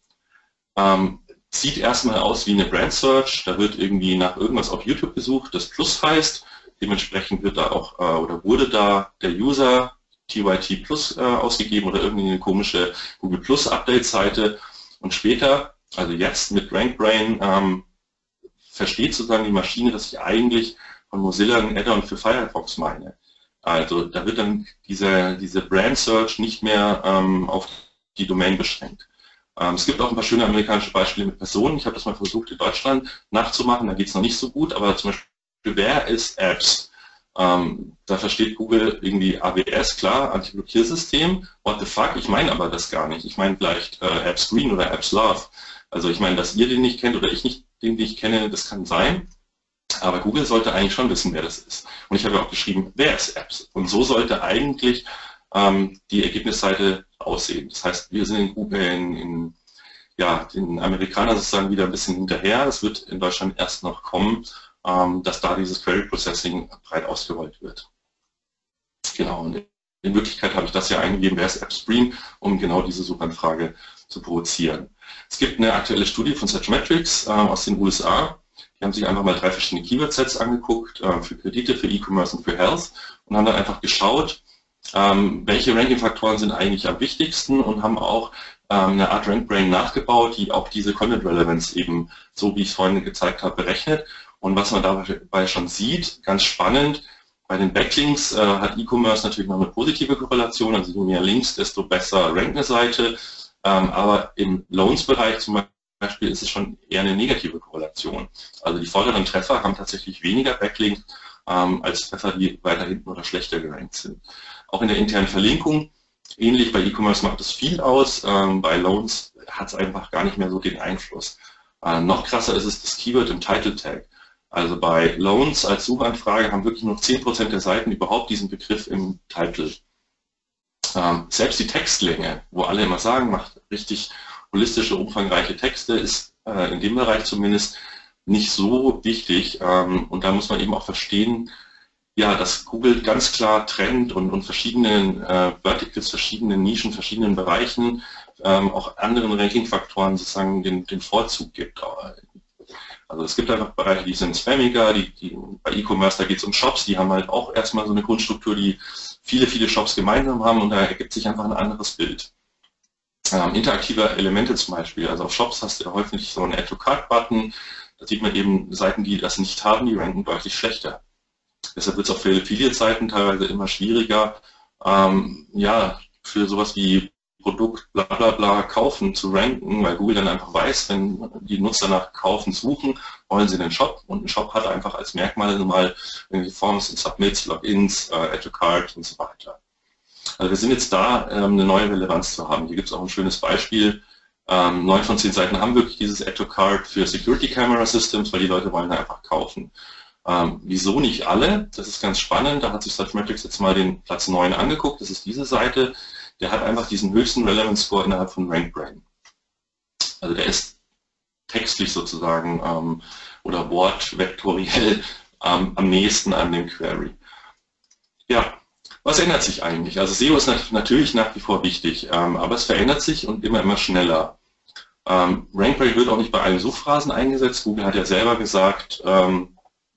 Ähm, Sieht erstmal aus wie eine Brand Search, da wird irgendwie nach irgendwas auf YouTube gesucht, das Plus heißt, dementsprechend wird da auch äh, oder wurde da der User T Y T Plus äh, ausgegeben oder irgendwie eine komische Google Plus Update-Seite und später, also jetzt mit RankBrain, ähm, versteht sozusagen die Maschine, dass ich eigentlich von Mozilla ein Add-on für Firefox meine. Also da wird dann diese, diese Brand Search nicht mehr ähm, auf die Domain beschränkt. Es gibt auch ein paar schöne amerikanische Beispiele mit Personen. Ich habe das mal versucht in Deutschland nachzumachen, da geht es noch nicht so gut, aber zum Beispiel, wer ist Apps? Ähm, da versteht Google irgendwie A W S, klar, Anti-Blockiersystem, what the fuck, ich meine aber das gar nicht. Ich meine vielleicht äh, Apps Green oder Apps Love. Also ich meine, dass ihr den nicht kennt oder ich nicht den, den ich kenne, das kann sein. Aber Google sollte eigentlich schon wissen, wer das ist. Und ich habe ja auch geschrieben, wer ist Apps? Und so sollte eigentlich ähm, die Ergebnisseite aussehen. Das heißt, wir sind in Google, in, in ja, den Amerikanern sozusagen wieder ein bisschen hinterher. Es wird in Deutschland erst noch kommen, ähm, dass da dieses Query Processing breit ausgerollt wird. Genau, und in Wirklichkeit habe ich das ja eingegeben, wer ist AppStream, um genau diese Suchanfrage zu provozieren. Es gibt eine aktuelle Studie von Searchmetrics äh, aus den U S A. Die haben sich einfach mal drei verschiedene Keyword-Sets angeguckt, äh, für Kredite, für E-Commerce und für Health und haben dann einfach geschaut, ähm, welche Ranking-Faktoren sind eigentlich am wichtigsten und haben auch ähm, eine Art RankBrain nachgebaut, die auch diese Content Relevance eben, so wie ich es vorhin gezeigt habe, berechnet. Und was man dabei schon sieht, ganz spannend, bei den Backlinks äh, hat E-Commerce natürlich noch eine positive Korrelation, also je mehr Links, desto besser rankt eine Seite, ähm, aber im Loans-Bereich zum Beispiel ist es schon eher eine negative Korrelation. Also die vorderen Treffer haben tatsächlich weniger Backlinks ähm, als Treffer, die weiter hinten oder schlechter gerankt sind. Auch in der internen Verlinkung, ähnlich bei E-Commerce macht es viel aus, ähm, bei Loans hat es einfach gar nicht mehr so den Einfluss. Äh, noch krasser ist es das Keyword im Title Tag. Also bei Loans als Suchanfrage haben wirklich nur zehn Prozent der Seiten überhaupt diesen Begriff im Title. Ähm, selbst die Textlänge, wo alle immer sagen, macht richtig holistische, umfangreiche Texte, ist äh, in dem Bereich zumindest nicht so wichtig. Ähm, und da muss man eben auch verstehen, ja, dass Google ganz klar trennt und, und verschiedenen äh, Verticals, verschiedenen Nischen, verschiedenen Bereichen, ähm, auch anderen Ranking-Faktoren sozusagen den, den Vorzug gibt. Also es gibt einfach Bereiche, die sind spammiger, die, die, bei E-Commerce, da geht es um Shops, die haben halt auch erstmal so eine Grundstruktur, die viele, viele Shops gemeinsam haben und da ergibt sich einfach ein anderes Bild. Ähm, interaktive Elemente zum Beispiel, also auf Shops hast du ja häufig so einen Add-to-Cart-Button, da sieht man eben Seiten, die das nicht haben, die ranken deutlich schlechter. Deshalb wird es auch für Affiliate-Seiten teilweise immer schwieriger, ähm, ja, für sowas wie Produkt bla bla bla kaufen zu ranken, weil Google dann einfach weiß, wenn die Nutzer nach kaufen suchen, wollen sie den Shop und ein Shop hat einfach als Merkmal mal irgendwie Forms und Submits, Logins, äh, Add to Cart und so weiter. Also wir sind jetzt da, ähm, eine neue Relevanz zu haben. Hier gibt es auch ein schönes Beispiel, Ähm, neun von zehn Seiten haben wirklich dieses Add to Cart für Security Camera Systems, weil die Leute wollen einfach kaufen. Ähm, wieso nicht alle? Das ist ganz spannend. Da hat sich Searchmetrics jetzt mal den Platz neun angeguckt. Das ist diese Seite. Der hat einfach diesen höchsten Relevance Score innerhalb von RankBrain. Also der ist textlich sozusagen ähm, oder wortvektoriell ähm, am nächsten an dem Query. Ja, was ändert sich eigentlich? Also S E O ist natürlich nach wie vor wichtig, ähm, aber es verändert sich und immer, immer schneller. Ähm, RankBrain wird auch nicht bei allen Suchphrasen eingesetzt. Google hat ja selber gesagt, ähm,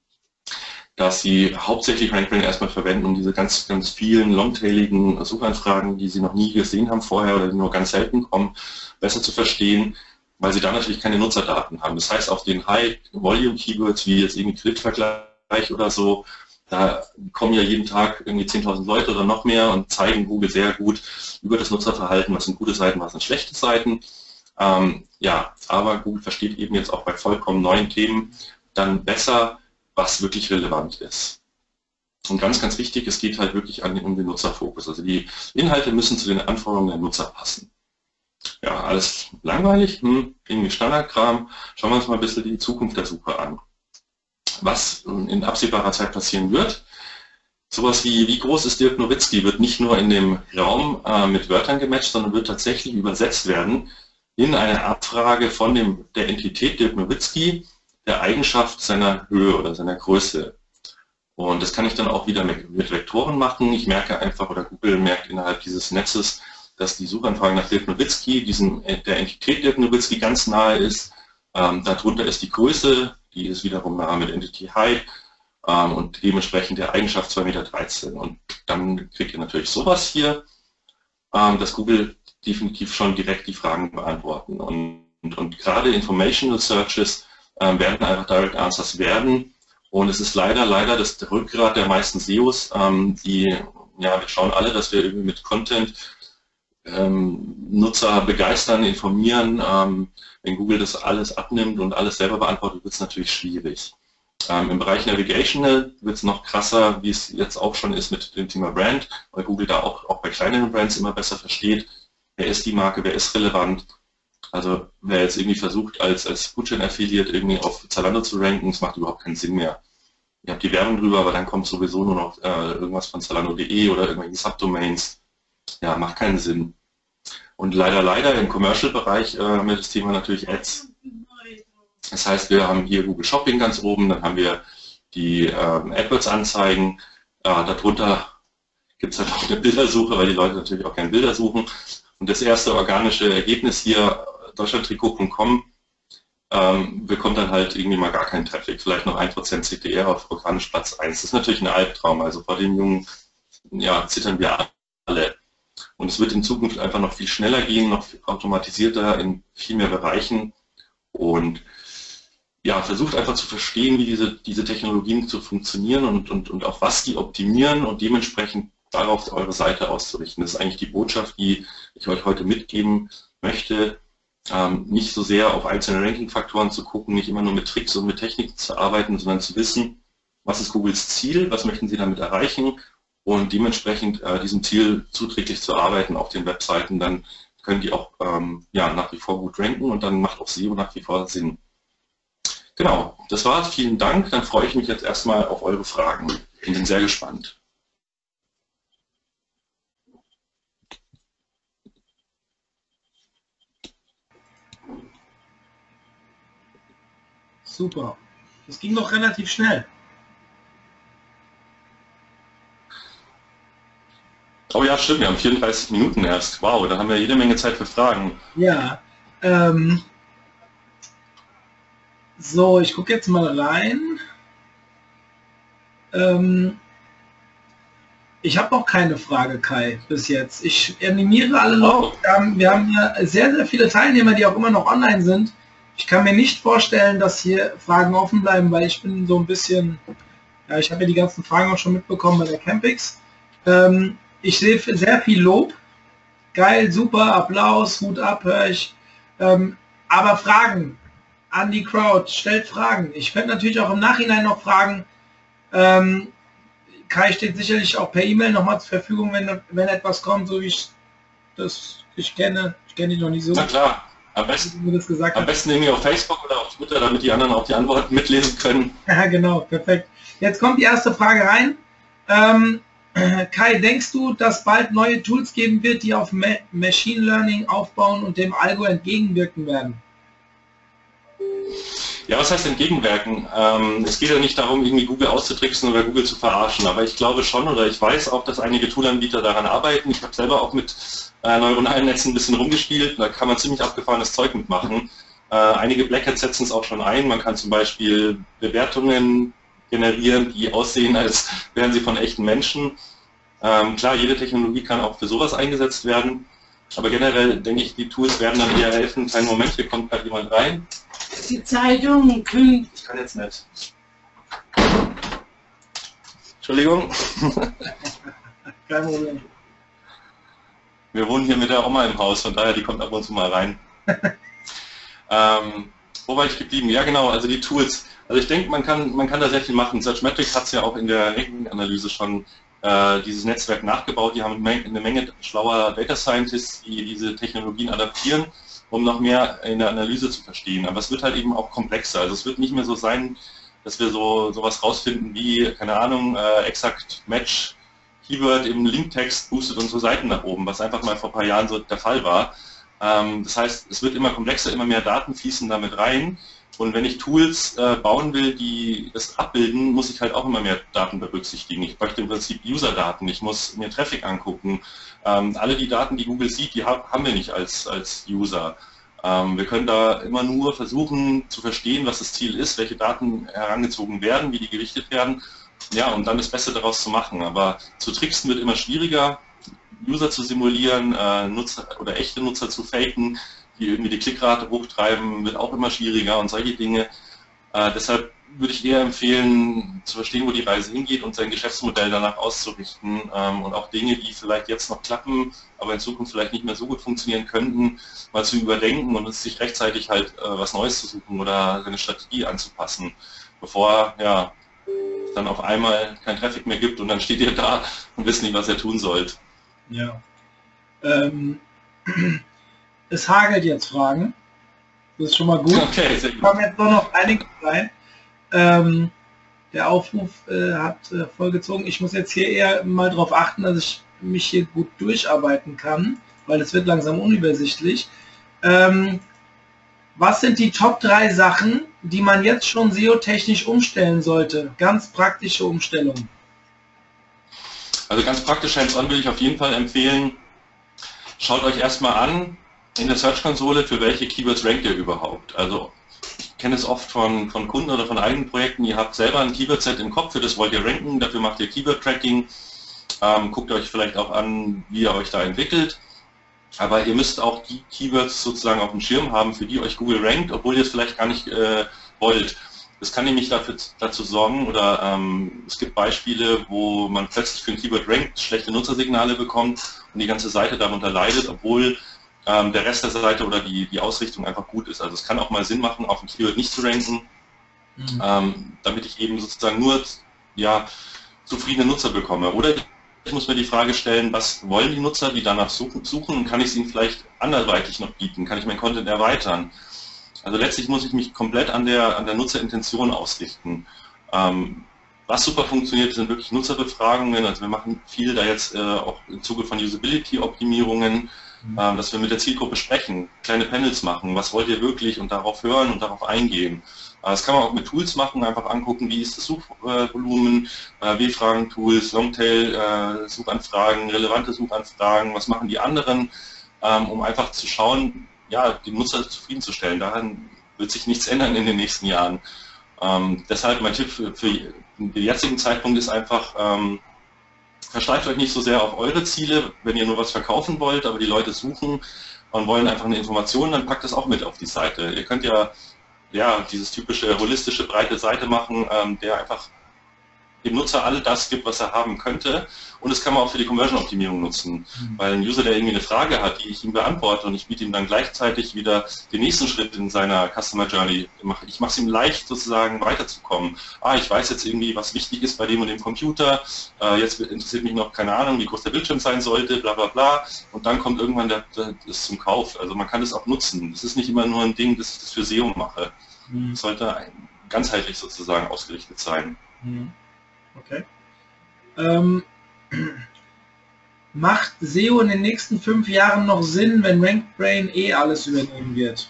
dass sie hauptsächlich RankBrain erstmal verwenden, um diese ganz, ganz vielen longtailigen Suchanfragen, die sie noch nie gesehen haben vorher oder die nur ganz selten kommen, besser zu verstehen, weil sie da natürlich keine Nutzerdaten haben. Das heißt, auf den High-Volume-Keywords wie jetzt irgendwie Kreditvergleich oder so, da kommen ja jeden Tag irgendwie zehntausend Leute oder noch mehr und zeigen Google sehr gut über das Nutzerverhalten, was sind gute Seiten, was sind schlechte Seiten. Ähm, ja, aber Google versteht eben jetzt auch bei vollkommen neuen Themen dann besser, was wirklich relevant ist. Und ganz, ganz wichtig, es geht halt wirklich an, um den Nutzerfokus. Also die Inhalte müssen zu den Anforderungen der Nutzer passen. Ja, alles langweilig, hm, irgendwie Standardkram. Schauen wir uns mal ein bisschen die Zukunft der Suche an. Was in absehbarer Zeit passieren wird, sowas wie, wie groß ist Dirk Nowitzki, wird nicht nur in dem Raum äh, mit Wörtern gematcht, sondern wird tatsächlich übersetzt werden in eine Abfrage von dem, der Entität Dirk Nowitzki, der Eigenschaft seiner Höhe oder seiner Größe. Und das kann ich dann auch wieder mit, mit Vektoren machen. Ich merke einfach, oder Google merkt innerhalb dieses Netzes, dass die Suchanfrage nach Dirk Nowitzki, diesem, der Entität Dirk Nowitzki ganz nahe ist. Ähm, darunter ist die Größe, die ist wiederum nahe mit Entity Height ähm, und dementsprechend der Eigenschaft zwei Meter dreizehn. Und dann kriegt ihr natürlich sowas hier, ähm, dass Google definitiv schon direkt die Fragen beantworten. Und, und, und gerade Informational Searches ähm, werden einfach Direct Answers werden. Und es ist leider, leider das Rückgrat der meisten S E Os, ähm, die, ja, wir schauen alle, dass wir irgendwie mit Content ähm, Nutzer begeistern, informieren. Ähm, wenn Google das alles abnimmt und alles selber beantwortet, wird es natürlich schwierig. Ähm, Im Bereich Navigational wird es noch krasser, wie es jetzt auch schon ist mit dem Thema Brand, weil Google da auch, auch bei kleineren Brands immer besser versteht, wer ist die Marke, wer ist relevant. Also wer jetzt irgendwie versucht, als, als Gutschein-Affiliate irgendwie auf Zalando zu ranken, das macht überhaupt keinen Sinn mehr. Ihr habt die Werbung drüber, aber dann kommt sowieso nur noch äh, irgendwas von Zalando punkt de oder irgendwelche Subdomains. Ja, macht keinen Sinn. Und leider, leider im Commercial-Bereich äh, haben wir das Thema natürlich Ads. Das heißt, wir haben hier Google Shopping ganz oben, dann haben wir die äh, AdWords-Anzeigen. Äh, darunter gibt es halt auch eine Bildersuche, weil die Leute natürlich auch gerne Bilder suchen. Und das erste organische Ergebnis hier, deutschlandtrikot punkt com, ähm, bekommt dann halt irgendwie mal gar keinen Traffic. Vielleicht noch ein Prozent C T R auf organisch Platz eins. Das ist natürlich ein Albtraum. Also vor dem Jungen, ja, zittern wir alle. Und es wird in Zukunft einfach noch viel schneller gehen, noch automatisierter in viel mehr Bereichen. Und ja, versucht einfach zu verstehen, wie diese, diese Technologien zu funktionieren und, und, und auf was die optimieren und dementsprechend darauf eure Seite auszurichten. Das ist eigentlich die Botschaft, die ich euch heute mitgeben möchte. Ähm, nicht so sehr auf einzelne Ranking-Faktoren zu gucken, nicht immer nur mit Tricks und mit Techniken zu arbeiten, sondern zu wissen, was ist Googles Ziel, was möchten sie damit erreichen und dementsprechend äh, diesem Ziel zuträglich zu arbeiten auf den Webseiten. Dann können die auch ähm, ja, nach wie vor gut ranken und dann macht auch S E O nach wie vor Sinn. Genau, das war's. Vielen Dank. Dann freue ich mich jetzt erstmal auf eure Fragen. Ich bin sehr gespannt. Super. Das ging doch relativ schnell. Oh ja, stimmt, wir haben vierunddreißig Minuten erst. Wow, da haben wir jede Menge Zeit für Fragen. Ja. Ähm, so, ich gucke jetzt mal rein. Ähm, ich habe noch keine Frage, Kai, bis jetzt. Ich animiere alle Leute. Oh. Wir haben, wir haben ja sehr, sehr viele Teilnehmer, die auch immer noch online sind. Ich kann mir nicht vorstellen, dass hier Fragen offen bleiben, weil ich bin so ein bisschen, ja, ich habe ja die ganzen Fragen auch schon mitbekommen bei der Campix. Ähm, ich sehe sehr viel Lob. Geil, super, Applaus, Hut ab, höre ich. Ähm, aber Fragen an die Crowd, stellt Fragen. Ich werde natürlich auch im Nachhinein noch fragen. Ähm, Kai steht sicherlich auch per E-Mail nochmal zur Verfügung, wenn, wenn etwas kommt, so wie ich das ich kenne. Ich kenne dich noch nicht so. Na klar. Am besten, wie du das gesagt am hast. besten irgendwie auf Facebook oder auf Twitter, damit die anderen auch die Antworten mitlesen können. Ja, genau, perfekt. Jetzt kommt die erste Frage rein. Ähm, Kai, denkst du, dass bald neue Tools geben wird, die auf Ma Machine Learning aufbauen und dem Algo entgegenwirken werden? Ja, was heißt entgegenwirken? Ähm, es geht ja nicht darum, irgendwie Google auszutricksen oder Google zu verarschen, aber ich glaube schon oder ich weiß auch, dass einige Toolanbieter daran arbeiten. Ich habe selber auch mit äh, neuronalen Netzen ein bisschen rumgespielt, da kann man ziemlich abgefahrenes Zeug mitmachen. Äh, einige Black Hats setzen es auch schon ein. Man kann zum Beispiel Bewertungen generieren, die aussehen, als wären sie von echten Menschen. Ähm, klar, jede Technologie kann auch für sowas eingesetzt werden, aber generell denke ich, die Tools werden dann eher helfen. Kleinen Moment, hier kommt gerade jemand rein. Die Zeitung können... Ich kann jetzt nicht. Entschuldigung. Kein Problem. Wir wohnen hier mit der Oma im Haus, von daher die kommt ab und zu mal rein. ähm, wo war ich geblieben? Ja genau, also die Tools. Also ich denke, man kann, man kann da sehr viel machen. Searchmetrics hat es ja auch in der Ranking-Analyse schon äh, dieses Netzwerk nachgebaut. Die haben eine Menge schlauer Data Scientists, die diese Technologien adaptieren, um noch mehr in der Analyse zu verstehen. Aber es wird halt eben auch komplexer. Also es wird nicht mehr so sein, dass wir so sowas rausfinden wie, keine Ahnung, äh, exakt Match, Keyword im Linktext boostet unsere Seiten nach oben, was einfach mal vor ein paar Jahren so der Fall war. Ähm, das heißt, es wird immer komplexer, immer mehr Daten fließen damit rein. Und wenn ich Tools äh, bauen will, die das abbilden, muss ich halt auch immer mehr Daten berücksichtigen. Ich möchte im Prinzip User-Daten, ich muss mir Traffic angucken. Ähm, alle die Daten, die Google sieht, die hab, haben wir nicht als, als User. Ähm, wir können da immer nur versuchen zu verstehen, was das Ziel ist, welche Daten herangezogen werden, wie die gewichtet werden. Ja, und dann das Beste daraus zu machen. Aber zu tricksen wird immer schwieriger, User zu simulieren, äh, Nutzer oder echte Nutzer zu faken, die irgendwie die Klickrate hochtreiben, wird auch immer schwieriger und solche Dinge. Äh, deshalb würde ich eher empfehlen, zu verstehen, wo die Reise hingeht und sein Geschäftsmodell danach auszurichten ähm, und auch Dinge, die vielleicht jetzt noch klappen, aber in Zukunft vielleicht nicht mehr so gut funktionieren könnten, mal zu überdenken und sich rechtzeitig halt äh, was Neues zu suchen oder seine Strategie anzupassen, bevor ja dann auf einmal kein Traffic mehr gibt und dann steht ihr da und wisst nicht, was ihr tun sollt. Ja. Ähm, es hagelt jetzt Fragen. Das ist schon mal gut. Okay, sehr gut. Es kommen jetzt nur noch einige rein. Ähm, der Aufruf äh, hat äh, vollgezogen. Ich muss jetzt hier eher mal darauf achten, dass ich mich hier gut durcharbeiten kann, weil es wird langsam unübersichtlich. Ähm, was sind die Top drei Sachen, die man jetzt schon S E O-technisch umstellen sollte? Ganz praktische Umstellungen. Also ganz praktisch hands-on will ich auf jeden Fall empfehlen, schaut euch erstmal an in der Search-Konsole, für welche Keywords rankt ihr überhaupt. Also ich kenne es oft von, von Kunden oder von eigenen Projekten, ihr habt selber ein Keyword-Set im Kopf, für das wollt ihr ranken, dafür macht ihr Keyword-Tracking, ähm, guckt euch vielleicht auch an, wie ihr euch da entwickelt. Aber ihr müsst auch die Keywords sozusagen auf dem Schirm haben, für die euch Google rankt, obwohl ihr es vielleicht gar nicht äh, wollt. Das kann nämlich dafür, dazu sorgen, oder ähm, es gibt Beispiele, wo man plötzlich für ein Keyword rankt, schlechte Nutzersignale bekommt und die ganze Seite darunter leidet, obwohl ähm, der Rest der Seite oder die, die Ausrichtung einfach gut ist. Also es kann auch mal Sinn machen, auf ein Keyword nicht zu ranken, mhm. ähm, damit ich eben sozusagen nur ja, zufriedene Nutzer bekomme. Oder ich muss mir die Frage stellen, was wollen die Nutzer, die danach suchen, suchen und kann ich es ihnen vielleicht anderweitig noch bieten? Kann ich meinen Content erweitern? Also letztlich muss ich mich komplett an der, an der Nutzerintention ausrichten. Ähm, was super funktioniert, sind wirklich Nutzerbefragungen. Also wir machen viel da jetzt äh, auch im Zuge von Usability-Optimierungen, mhm. äh, dass wir mit der Zielgruppe sprechen, kleine Panels machen, was wollt ihr wirklich und darauf hören und darauf eingehen. Das kann man auch mit Tools machen, einfach angucken, wie ist das Suchvolumen, äh, W-Fragen-Tools, Longtail-Suchanfragen, relevante Suchanfragen, was machen die anderen, ähm, um einfach zu schauen, ja, die Nutzer zufriedenzustellen. Daran wird sich nichts ändern in den nächsten Jahren. Ähm, deshalb mein Tipp für, für den jetzigen Zeitpunkt ist einfach, ähm, versteift euch nicht so sehr auf eure Ziele, wenn ihr nur was verkaufen wollt, aber die Leute suchen und wollen einfach eine Information, dann packt das auch mit auf die Seite. Ihr könnt ja ja, dieses typische holistische breite Seite machen, ähm, der einfach dem Nutzer all das gibt, was er haben könnte. Und das kann man auch für die Conversion-Optimierung nutzen. Mhm. Weil ein User, der irgendwie eine Frage hat, die ich ihm beantworte und ich biete ihm dann gleichzeitig wieder den nächsten Schritt in seiner Customer Journey, ich mache es ihm leicht sozusagen weiterzukommen. Ah, ich weiß jetzt irgendwie, was wichtig ist bei dem und dem Computer, äh, jetzt interessiert mich noch, keine Ahnung, wie groß der Bildschirm sein sollte, bla bla bla. Und dann kommt irgendwann der, der, das zum Kauf. Also man kann das auch nutzen. Das ist nicht immer nur ein Ding, dass ich das für S E O mache. Mhm. Das sollte ganzheitlich sozusagen ausgerichtet sein. Mhm. Okay. Ähm, macht S E O in den nächsten fünf Jahren noch Sinn, wenn RankBrain eh alles übernehmen wird?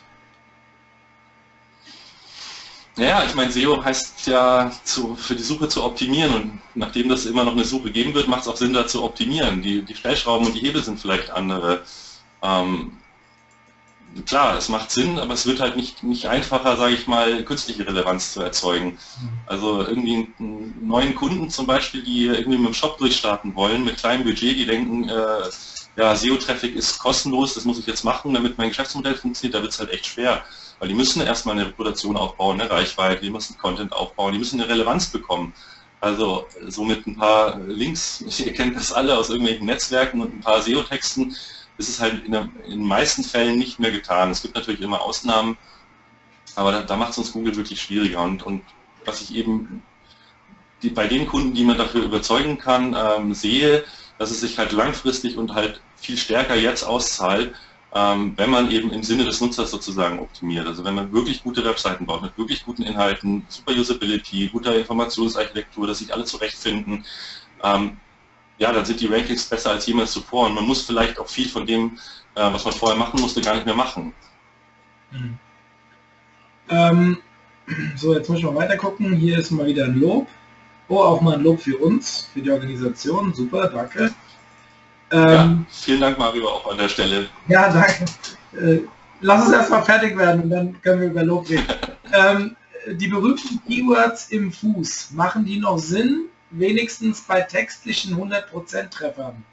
Ja, ich meine, S E O heißt ja zu, für die Suche zu optimieren und nachdem das immer noch eine Suche geben wird, macht es auch Sinn, da zu optimieren. Die, die Stellschrauben und die Hebel sind vielleicht andere. Ähm, Klar, es macht Sinn, aber es wird halt nicht, nicht einfacher, sage ich mal, künstliche Relevanz zu erzeugen. Also irgendwie einen neuen Kunden zum Beispiel, die irgendwie mit dem Shop durchstarten wollen, mit kleinem Budget, die denken, äh, ja, S E O-Traffic ist kostenlos, das muss ich jetzt machen, damit mein Geschäftsmodell funktioniert, da wird es halt echt schwer. Weil die müssen erstmal eine Reputation aufbauen, eine Reichweite, die müssen Content aufbauen, die müssen eine Relevanz bekommen. Also so mit ein paar Links, ihr kennt das alle aus irgendwelchen Netzwerken und ein paar S E O-Texten, ist es halt in, der, in den meisten Fällen nicht mehr getan. Es gibt natürlich immer Ausnahmen, aber da, da macht es uns Google wirklich schwieriger. Und, und was ich eben die, bei den Kunden, die man dafür überzeugen kann, ähm, sehe, dass es sich halt langfristig und halt viel stärker jetzt auszahlt, ähm, wenn man eben im Sinne des Nutzers sozusagen optimiert. Also wenn man wirklich gute Webseiten baut, mit wirklich guten Inhalten, super Usability, guter Informationsarchitektur, dass sich alle zurechtfinden, ähm, ja, dann sind die Rankings besser als jemals zuvor und man muss vielleicht auch viel von dem, äh, was man vorher machen musste, gar nicht mehr machen. Mhm. Ähm, so, jetzt muss ich mal weiter gucken. Hier ist mal wieder ein Lob. Oh, auch mal ein Lob für uns, für die Organisation. Super, danke. Ähm, ja, vielen Dank, Mario, auch an der Stelle. Ja, danke. Äh, lass uns erstmal fertig werden und dann können wir über Lob reden. ähm, die berühmten Keywords im Fuß, machen die noch Sinn? Wenigstens bei textlichen hundert Prozent Treffern.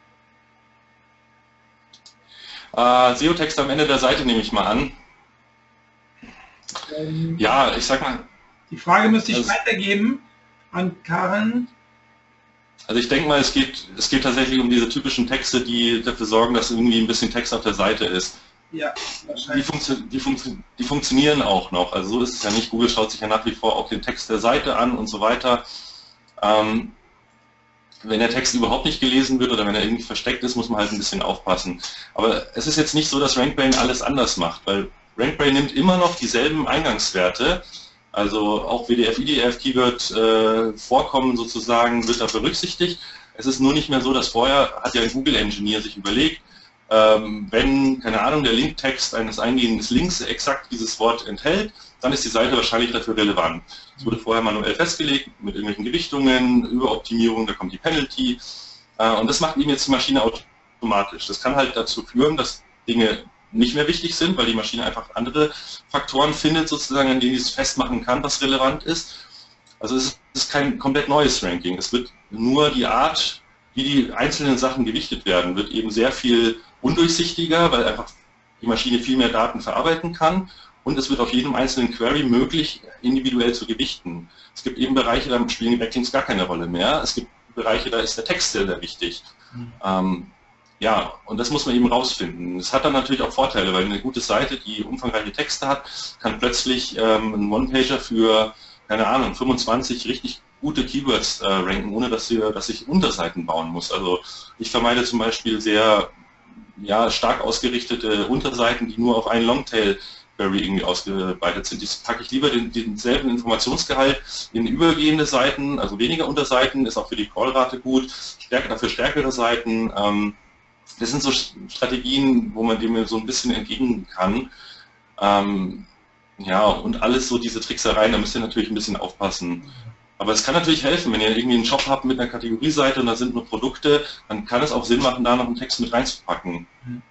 Äh, S E O-Text am Ende der Seite nehme ich mal an. Ähm, ja, ich sag mal... Die Frage müsste ich also, weitergeben an Karen. Also ich denke mal, es geht, es geht tatsächlich um diese typischen Texte, die dafür sorgen, dass irgendwie ein bisschen Text auf der Seite ist. Ja, wahrscheinlich. Die, funktio die, funktio die funktionieren auch noch. Also so ist es ja nicht. Google schaut sich ja nach wie vor auch den Text der Seite an und so weiter. Ähm, wenn der Text überhaupt nicht gelesen wird oder wenn er irgendwie versteckt ist, muss man halt ein bisschen aufpassen. Aber es ist jetzt nicht so, dass RankBrain alles anders macht, weil RankBrain nimmt immer noch dieselben Eingangswerte, also auch W D F, I D F, Keyword äh, Vorkommen sozusagen wird da berücksichtigt. Es ist nur nicht mehr so, dass vorher hat ja ein Google Engineer sich überlegt, ähm, wenn, keine Ahnung, der Linktext eines eingehenden Links exakt dieses Wort enthält, dann ist die Seite wahrscheinlich dafür relevant. Es wurde vorher manuell festgelegt mit irgendwelchen Gewichtungen, Überoptimierung, da kommt die Penalty äh, und das macht eben jetzt die Maschine automatisch. Das kann halt dazu führen, dass Dinge nicht mehr wichtig sind, weil die Maschine einfach andere Faktoren findet, sozusagen, an denen sie es festmachen kann, was relevant ist. Also es ist kein komplett neues Ranking. Es wird nur die Art, wie die einzelnen Sachen gewichtet werden, wird eben sehr viel undurchsichtiger, weil einfach die Maschine viel mehr Daten verarbeiten kann. Und es wird auf jedem einzelnen Query möglich, individuell zu gewichten. Es gibt eben Bereiche, da spielen die Backlinks gar keine Rolle mehr. Es gibt Bereiche, da ist der Text sehr wichtig. Mhm. Ähm, ja, und das muss man eben rausfinden. Es hat dann natürlich auch Vorteile, weil eine gute Seite, die umfangreiche Texte hat, kann plötzlich ähm, einen One-Pager für, keine Ahnung, fünfundzwanzig richtig gute Keywords äh, ranken, ohne dass, wir, dass ich Unterseiten bauen muss. Also ich vermeide zum Beispiel sehr ja, stark ausgerichtete Unterseiten, die nur auf einen Longtail irgendwie ausgeweitet sind. Das packe ich lieber den, denselben Informationsgehalt in übergehende Seiten, also weniger Unterseiten, ist auch für die Crawlrate gut, stärker, dafür stärkere Seiten. Ähm, das sind so Strategien, wo man dem so ein bisschen entgegen kann. Ähm, ja, und alles so diese Tricksereien, da müsst ihr natürlich ein bisschen aufpassen. Aber es kann natürlich helfen, wenn ihr irgendwie einen Shop habt mit einer Kategorieseite und da sind nur Produkte, dann kann es auch Sinn machen, da noch einen Text mit reinzupacken.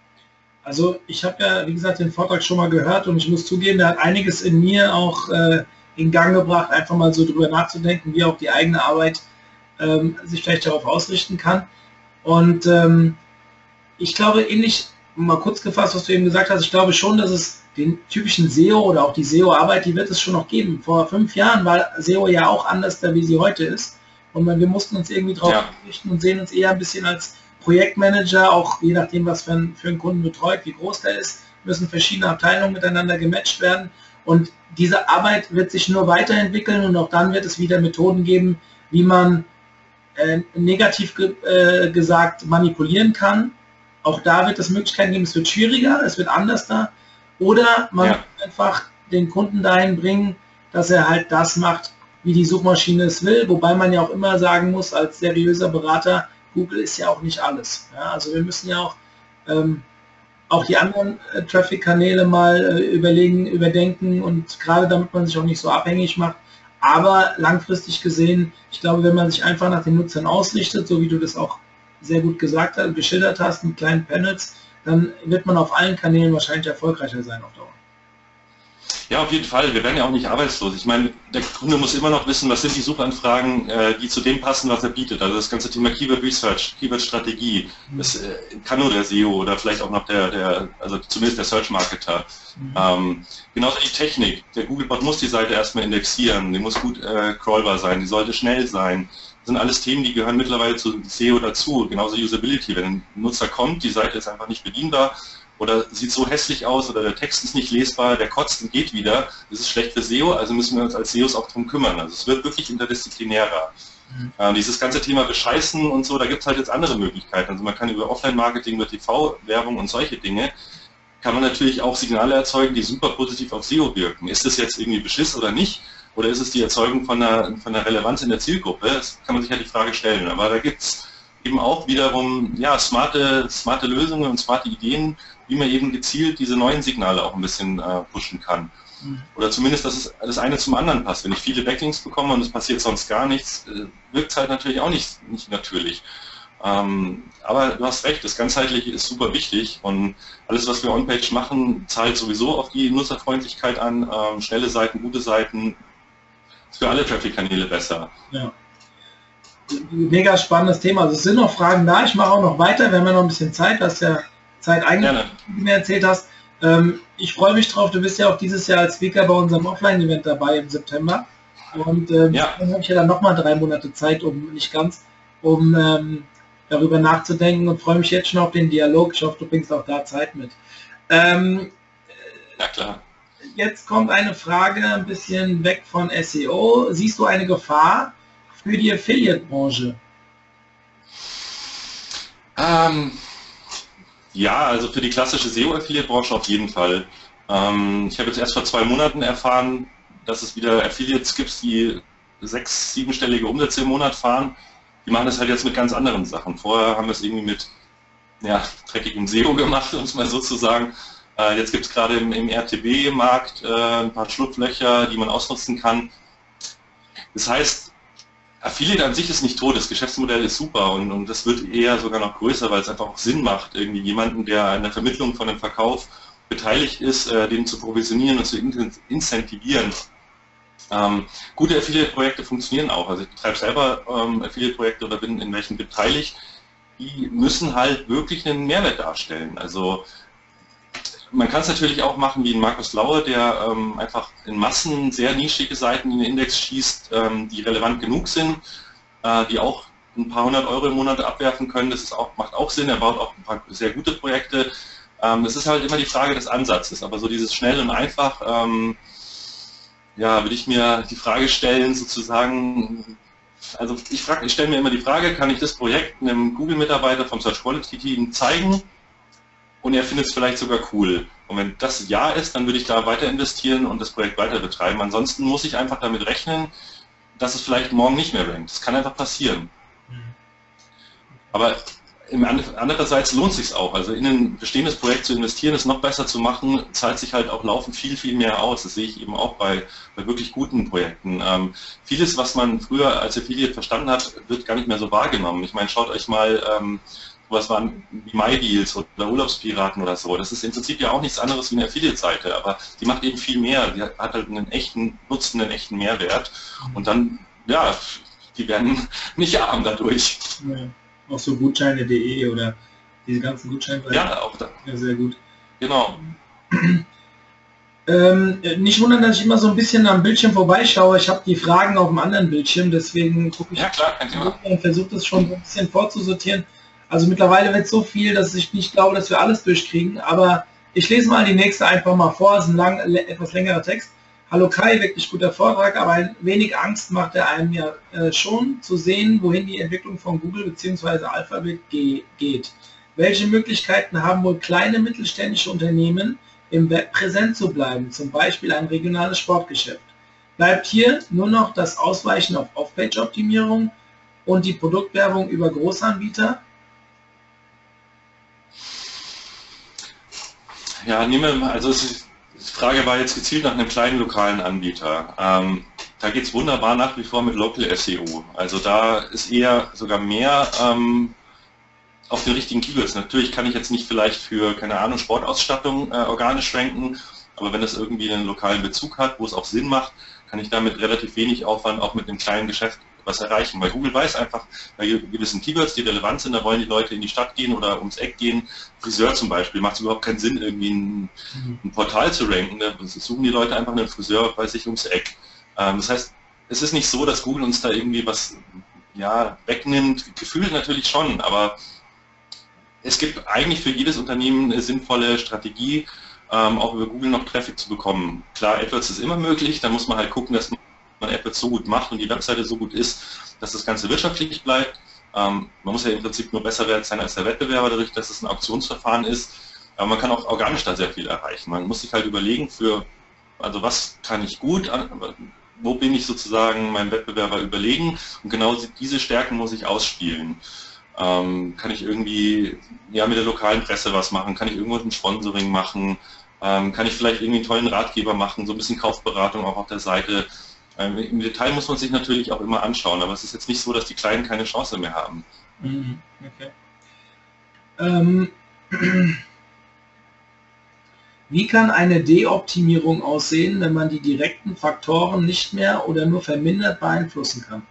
Also ich habe ja, wie gesagt, den Vortrag schon mal gehört und ich muss zugeben, der hat einiges in mir auch äh, in Gang gebracht, einfach mal so drüber nachzudenken, wie auch die eigene Arbeit ähm, sich vielleicht darauf ausrichten kann. Und ähm, ich glaube, ähnlich, mal kurz gefasst, was du eben gesagt hast, ich glaube schon, dass es den typischen S E O oder auch die S E O-Arbeit, die wird es schon noch geben. Vor fünf Jahren war S E O ja auch anders, da wie sie heute ist. und wir mussten uns irgendwie drauf Ja. richten und sehen uns eher ein bisschen als Projektmanager, auch je nachdem, was für, ein, für einen Kunden betreut, wie groß der ist, müssen verschiedene Abteilungen miteinander gematcht werden und diese Arbeit wird sich nur weiterentwickeln und auch dann wird es wieder Methoden geben, wie man äh, negativ ge äh, gesagt manipulieren kann. Auch da wird es Möglichkeiten geben, es wird schwieriger, es wird anders da. Oder man Ja. einfach den Kunden dahin bringen, dass er halt das macht, wie die Suchmaschine es will. Wobei man ja auch immer sagen muss, als seriöser Berater, Google ist ja auch nicht alles. Ja, also wir müssen ja auch, ähm, auch die anderen äh, Traffic-Kanäle mal äh, überlegen, überdenken und gerade damit man sich auch nicht so abhängig macht. Aber langfristig gesehen, ich glaube, wenn man sich einfach nach den Nutzern ausrichtet, so wie du das auch sehr gut gesagt hast, geschildert hast mit kleinen Panels, dann wird man auf allen Kanälen wahrscheinlich erfolgreicher sein auf Dauer. Ja, auf jeden Fall. Wir werden ja auch nicht arbeitslos. Ich meine, der Kunde muss immer noch wissen, was sind die Suchanfragen, äh, die zu dem passen, was er bietet. Also das ganze Thema Keyword Research, Keyword Strategie, das äh, kann nur der S E O oder vielleicht auch noch der, der also zumindest der Search Marketer. Mhm. Ähm, genauso die Technik. Der Googlebot muss die Seite erstmal indexieren, die muss gut äh, crawlbar sein, die sollte schnell sein. Das sind alles Themen, die gehören mittlerweile zu S E O dazu. Genauso Usability. Wenn ein Nutzer kommt, die Seite ist einfach nicht bedienbar, oder sieht so hässlich aus oder der Text ist nicht lesbar, der kotzt und geht wieder, das ist schlecht für S E O, also müssen wir uns als S E Os auch drum kümmern. Also es wird wirklich interdisziplinärer. Mhm. Ähm, dieses ganze Thema Bescheißen und so, da gibt es halt jetzt andere Möglichkeiten. Also man kann über Offline-Marketing, über T V-Werbung und solche Dinge, kann man natürlich auch Signale erzeugen, die super positiv auf S E O wirken. Ist das jetzt irgendwie Beschiss oder nicht? Oder ist es die Erzeugung von einer, von einer Relevanz in der Zielgruppe? Das kann man sich ja die Frage stellen. Aber da gibt es eben auch wiederum ja, smarte, smarte Lösungen und smarte Ideen, wie man eben gezielt diese neuen Signale auch ein bisschen äh, pushen kann. Mhm. Oder zumindest, dass es das eine zum anderen passt. Wenn ich viele Backlinks bekomme und es passiert sonst gar nichts, äh, wirkt es halt natürlich auch nicht, nicht natürlich. Ähm, aber du hast recht, das Ganzheitliche ist super wichtig und alles, was wir on-page machen, zahlt sowieso auf die Nutzerfreundlichkeit an. Ähm, schnelle Seiten, gute Seiten, ist für alle Traffic-Kanäle besser. Ja. Mega spannendes Thema. Also es sind noch Fragen da. Ich mache auch noch weiter. Wir haben ja noch ein bisschen Zeit. Du hast ja Zeit eigentlich, wie du mir erzählt hast. Ähm, ich freue mich drauf. Du bist ja auch dieses Jahr als Speaker bei unserem Offline-Event dabei im September. Und ähm, ja. dann habe ich ja dann nochmal drei Monate Zeit, um nicht ganz, um ähm, darüber nachzudenken und freue mich jetzt schon auf den Dialog. Ich hoffe, du bringst auch da Zeit mit. Ähm, ja, klar. Jetzt kommt eine Frage ein bisschen weg von S E O. Siehst du eine Gefahr für die Affiliate-Branche? Ähm, ja, also für die klassische S E O-Affiliate-Branche auf jeden Fall. Ähm, ich habe jetzt erst vor zwei Monaten erfahren, dass es wieder Affiliates gibt, die sechs-, siebenstellige Umsätze im Monat fahren. Die machen das halt jetzt mit ganz anderen Sachen. Vorher haben wir es irgendwie mit ja, dreckigem S E O gemacht, um es mal so zu sagen. Äh, jetzt gibt es gerade im, im R T B-Markt äh, ein paar Schlupflöcher, die man ausnutzen kann. Das heißt, Affiliate an sich ist nicht tot, das Geschäftsmodell ist super und, und das wird eher sogar noch größer, weil es einfach auch Sinn macht, irgendwie jemanden, der an der Vermittlung von einem Verkauf beteiligt ist, äh, den zu provisionieren und zu incentivieren. Ähm, gute Affiliate-Projekte funktionieren auch, also ich betreibe selber ähm, Affiliate-Projekte oder bin in welchen beteiligt, die müssen halt wirklich einen Mehrwert darstellen. Also man kann es natürlich auch machen wie ein Markus Laue, der ähm, einfach in Massen sehr nischige Seiten in den Index schießt, ähm, die relevant genug sind, äh, die auch ein paar hundert Euro im Monat abwerfen können. Das ist auch, macht auch Sinn, er baut auch ein paar sehr gute Projekte. Ähm, es ist halt immer die Frage des Ansatzes, aber so dieses schnell und einfach, ähm, ja, würde ich mir die Frage stellen, sozusagen, also ich, frage, ich stelle mir immer die Frage, kann ich das Projekt einem Google-Mitarbeiter vom Search Quality Team zeigen? Und er findet es vielleicht sogar cool. Und wenn das Ja ist, dann würde ich da weiter investieren und das Projekt weiter betreiben. Ansonsten muss ich einfach damit rechnen, dass es vielleicht morgen nicht mehr rankt. Das kann einfach passieren. Aber andererseits lohnt es sich auch. Also in ein bestehendes Projekt zu investieren, es noch besser zu machen, zahlt sich halt auch laufend viel, viel mehr aus. Das sehe ich eben auch bei, bei wirklich guten Projekten. Ähm, vieles, was man früher als Affiliate verstanden hat, wird gar nicht mehr so wahrgenommen. Ich meine, schaut euch mal ähm, was waren wie MyDeals oder Urlaubspiraten oder so. Das ist im Prinzip ja auch nichts anderes wie eine Affiliate-Seite, aber die macht eben viel mehr. Die hat halt einen echten Nutzen, einen echten Mehrwert. Und dann, ja, die werden nicht arm dadurch. Ja, auch so Gutscheine punkt de oder diese ganzen Gutscheine. Ja, auch da. Ja, sehr gut. Genau. Ähm, nicht wundern, dass ich immer so ein bisschen am Bildschirm vorbeischaue. Ich habe die Fragen auf dem anderen Bildschirm, deswegen gucke ich Ja, klar, kein Thema. und versuche das schon so ein bisschen vorzusortieren. Also mittlerweile wird es so viel, dass ich nicht glaube, dass wir alles durchkriegen, aber ich lese mal die nächste einfach mal vor. Es ist ein lang, etwas längerer Text. Hallo Kai, wirklich guter Vortrag, aber ein wenig Angst macht er einem ja äh, schon zu sehen, wohin die Entwicklung von Google bzw. Alphabet ge geht. Welche Möglichkeiten haben wohl kleine mittelständische Unternehmen, im Web präsent zu bleiben, zum Beispiel ein regionales Sportgeschäft? Bleibt hier nur noch das Ausweichen auf Off-Page-Optimierung und die Produktwerbung über Großanbieter? Ja, nehmen wir, also es ist, die Frage war jetzt gezielt nach einem kleinen lokalen Anbieter. Ähm, da geht es wunderbar nach wie vor mit Local S E O. Also da ist eher sogar mehr ähm, auf den richtigen Keywords. Natürlich kann ich jetzt nicht vielleicht für, keine Ahnung, Sportausstattung äh, organisch ranken, aber wenn das irgendwie einen lokalen Bezug hat, wo es auch Sinn macht, kann ich damit relativ wenig Aufwand auch mit einem kleinen Geschäft was erreichen. Weil Google weiß einfach, bei gewissen Keywords, die relevant sind, da wollen die Leute in die Stadt gehen oder ums Eck gehen. Friseur zum Beispiel, macht es überhaupt keinen Sinn, irgendwie ein, ein Portal zu ranken. Da suchen die Leute einfach einen Friseur bei sich ums Eck. Ähm, das heißt, es ist nicht so, dass Google uns da irgendwie was ja, wegnimmt. Gefühlt natürlich schon, aber es gibt eigentlich für jedes Unternehmen eine sinnvolle Strategie, ähm, auch über Google noch Traffic zu bekommen. Klar, AdWords ist immer möglich, da muss man halt gucken, dass man AdWords so gut macht und die Webseite so gut ist, dass das Ganze wirtschaftlich bleibt. Ähm, man muss ja im Prinzip nur besser wert sein als der Wettbewerber, dadurch, dass es ein Auktionsverfahren ist. Aber man kann auch organisch da sehr viel erreichen. Man muss sich halt überlegen, für, also was kann ich gut, wo bin ich sozusagen meinem Wettbewerber überlegen, und genau diese Stärken muss ich ausspielen. Ähm, kann ich irgendwie ja, mit der lokalen Presse was machen, kann ich irgendwo ein Sponsoring machen, ähm, kann ich vielleicht irgendwie einen tollen Ratgeber machen, so ein bisschen Kaufberatung auch auf der Seite. Ähm, im Detail muss man sich natürlich auch immer anschauen, aber es ist jetzt nicht so, dass die Kleinen keine Chance mehr haben. Okay. Ähm, wie kann eine De-Optimierung aussehen, wenn man die direkten Faktoren nicht mehr oder nur vermindert beeinflussen kann?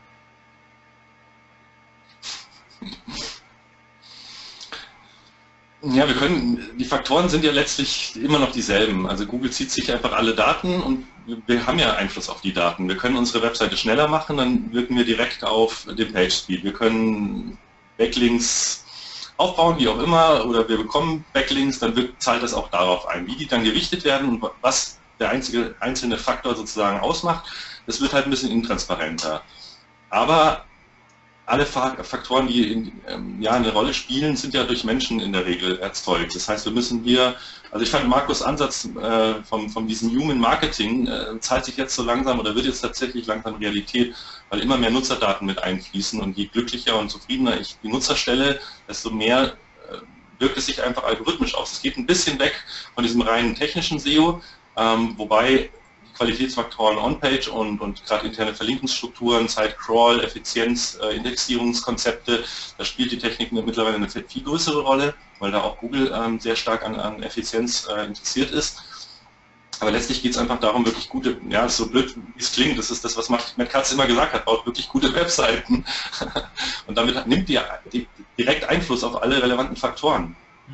Ja, wir können, die Faktoren sind ja letztlich immer noch dieselben. Also Google zieht sich einfach alle Daten und wir haben ja Einfluss auf die Daten. Wir können unsere Webseite schneller machen, dann wirken wir direkt auf den Page Speed. Wir können Backlinks aufbauen, wie auch immer, oder wir bekommen Backlinks, dann wird, zahlt das auch darauf ein. Wie die dann gewichtet werden und was der einzige, einzelne Faktor sozusagen ausmacht, das wird halt ein bisschen intransparenter. Aber alle Faktoren, die in, ähm, ja, eine Rolle spielen, sind ja durch Menschen in der Regel erzeugt. Das heißt, wir müssen hier, also ich fand Markus' Ansatz äh, von, von diesem Human Marketing äh, zahlt sich jetzt so langsam oder wird jetzt tatsächlich langsam Realität, weil immer mehr Nutzerdaten mit einfließen und je glücklicher und zufriedener ich die Nutzer stelle, desto mehr äh, wirkt es sich einfach algorithmisch aus. Es geht ein bisschen weg von diesem reinen technischen S E O, ähm, wobei Qualitätsfaktoren On-Page und, und gerade interne Verlinkungsstrukturen, Site-Crawl, Effizienz, äh, Indexierungskonzepte, da spielt die Technik mittlerweile eine viel größere Rolle, weil da auch Google ähm, sehr stark an, an Effizienz äh, interessiert ist. Aber letztlich geht es einfach darum, wirklich gute, ja, so blöd wie es klingt, das ist das, was Matt Katz immer gesagt hat, baut wirklich gute Webseiten. Und damit hat, nimmt die, die direkt Einfluss auf alle relevanten Faktoren.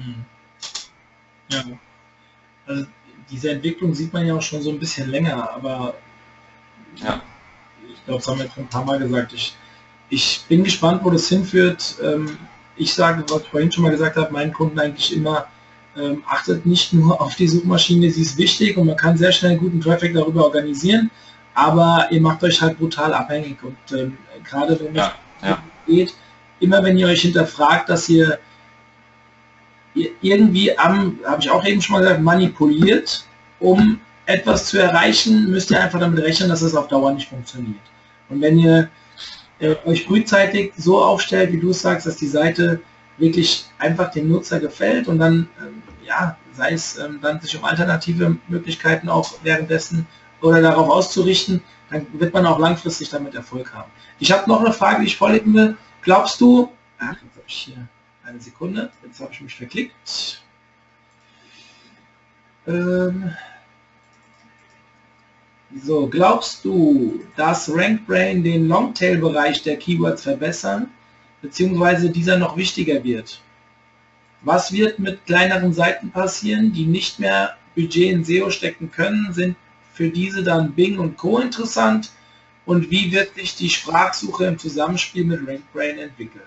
Ja. Also diese Entwicklung sieht man ja auch schon so ein bisschen länger, aber ja. Ich glaube, das haben wir jetzt ein paar Mal gesagt. Ich, ich bin gespannt, wo das hinführt. Ich sage, was ich vorhin schon mal gesagt habe, meinen Kunden eigentlich immer, ähm, achtet nicht nur auf die Suchmaschine, sie ist wichtig und man kann sehr schnell guten Traffic darüber organisieren, aber ihr macht euch halt brutal abhängig und ähm, gerade wenn ja, es ja. geht, immer wenn ihr euch hinterfragt, dass ihr irgendwie am, habe ich auch eben schon mal gesagt, manipuliert, um etwas zu erreichen, müsst ihr einfach damit rechnen, dass es auf Dauer nicht funktioniert. Und wenn ihr äh, euch frühzeitig so aufstellt, wie du es sagst, dass die Seite wirklich einfach dem Nutzer gefällt und dann, ähm, ja, sei es ähm, dann sich um alternative Möglichkeiten auch währenddessen oder darauf auszurichten, dann wird man auch langfristig damit Erfolg haben. Ich habe noch eine Frage, die ich vorlegen will. Glaubst du, ach, jetzt habe ich hier eine Sekunde, jetzt habe ich mich verklickt. Ähm, so, glaubst du, dass RankBrain den Longtail-Bereich der Keywords verbessern, beziehungsweise dieser noch wichtiger wird? Was wird mit kleineren Seiten passieren, die nicht mehr Budget in S E O stecken können, sind für diese dann Bing und Co. interessant? Und wie wird sich die Sprachsuche im Zusammenspiel mit RankBrain entwickeln?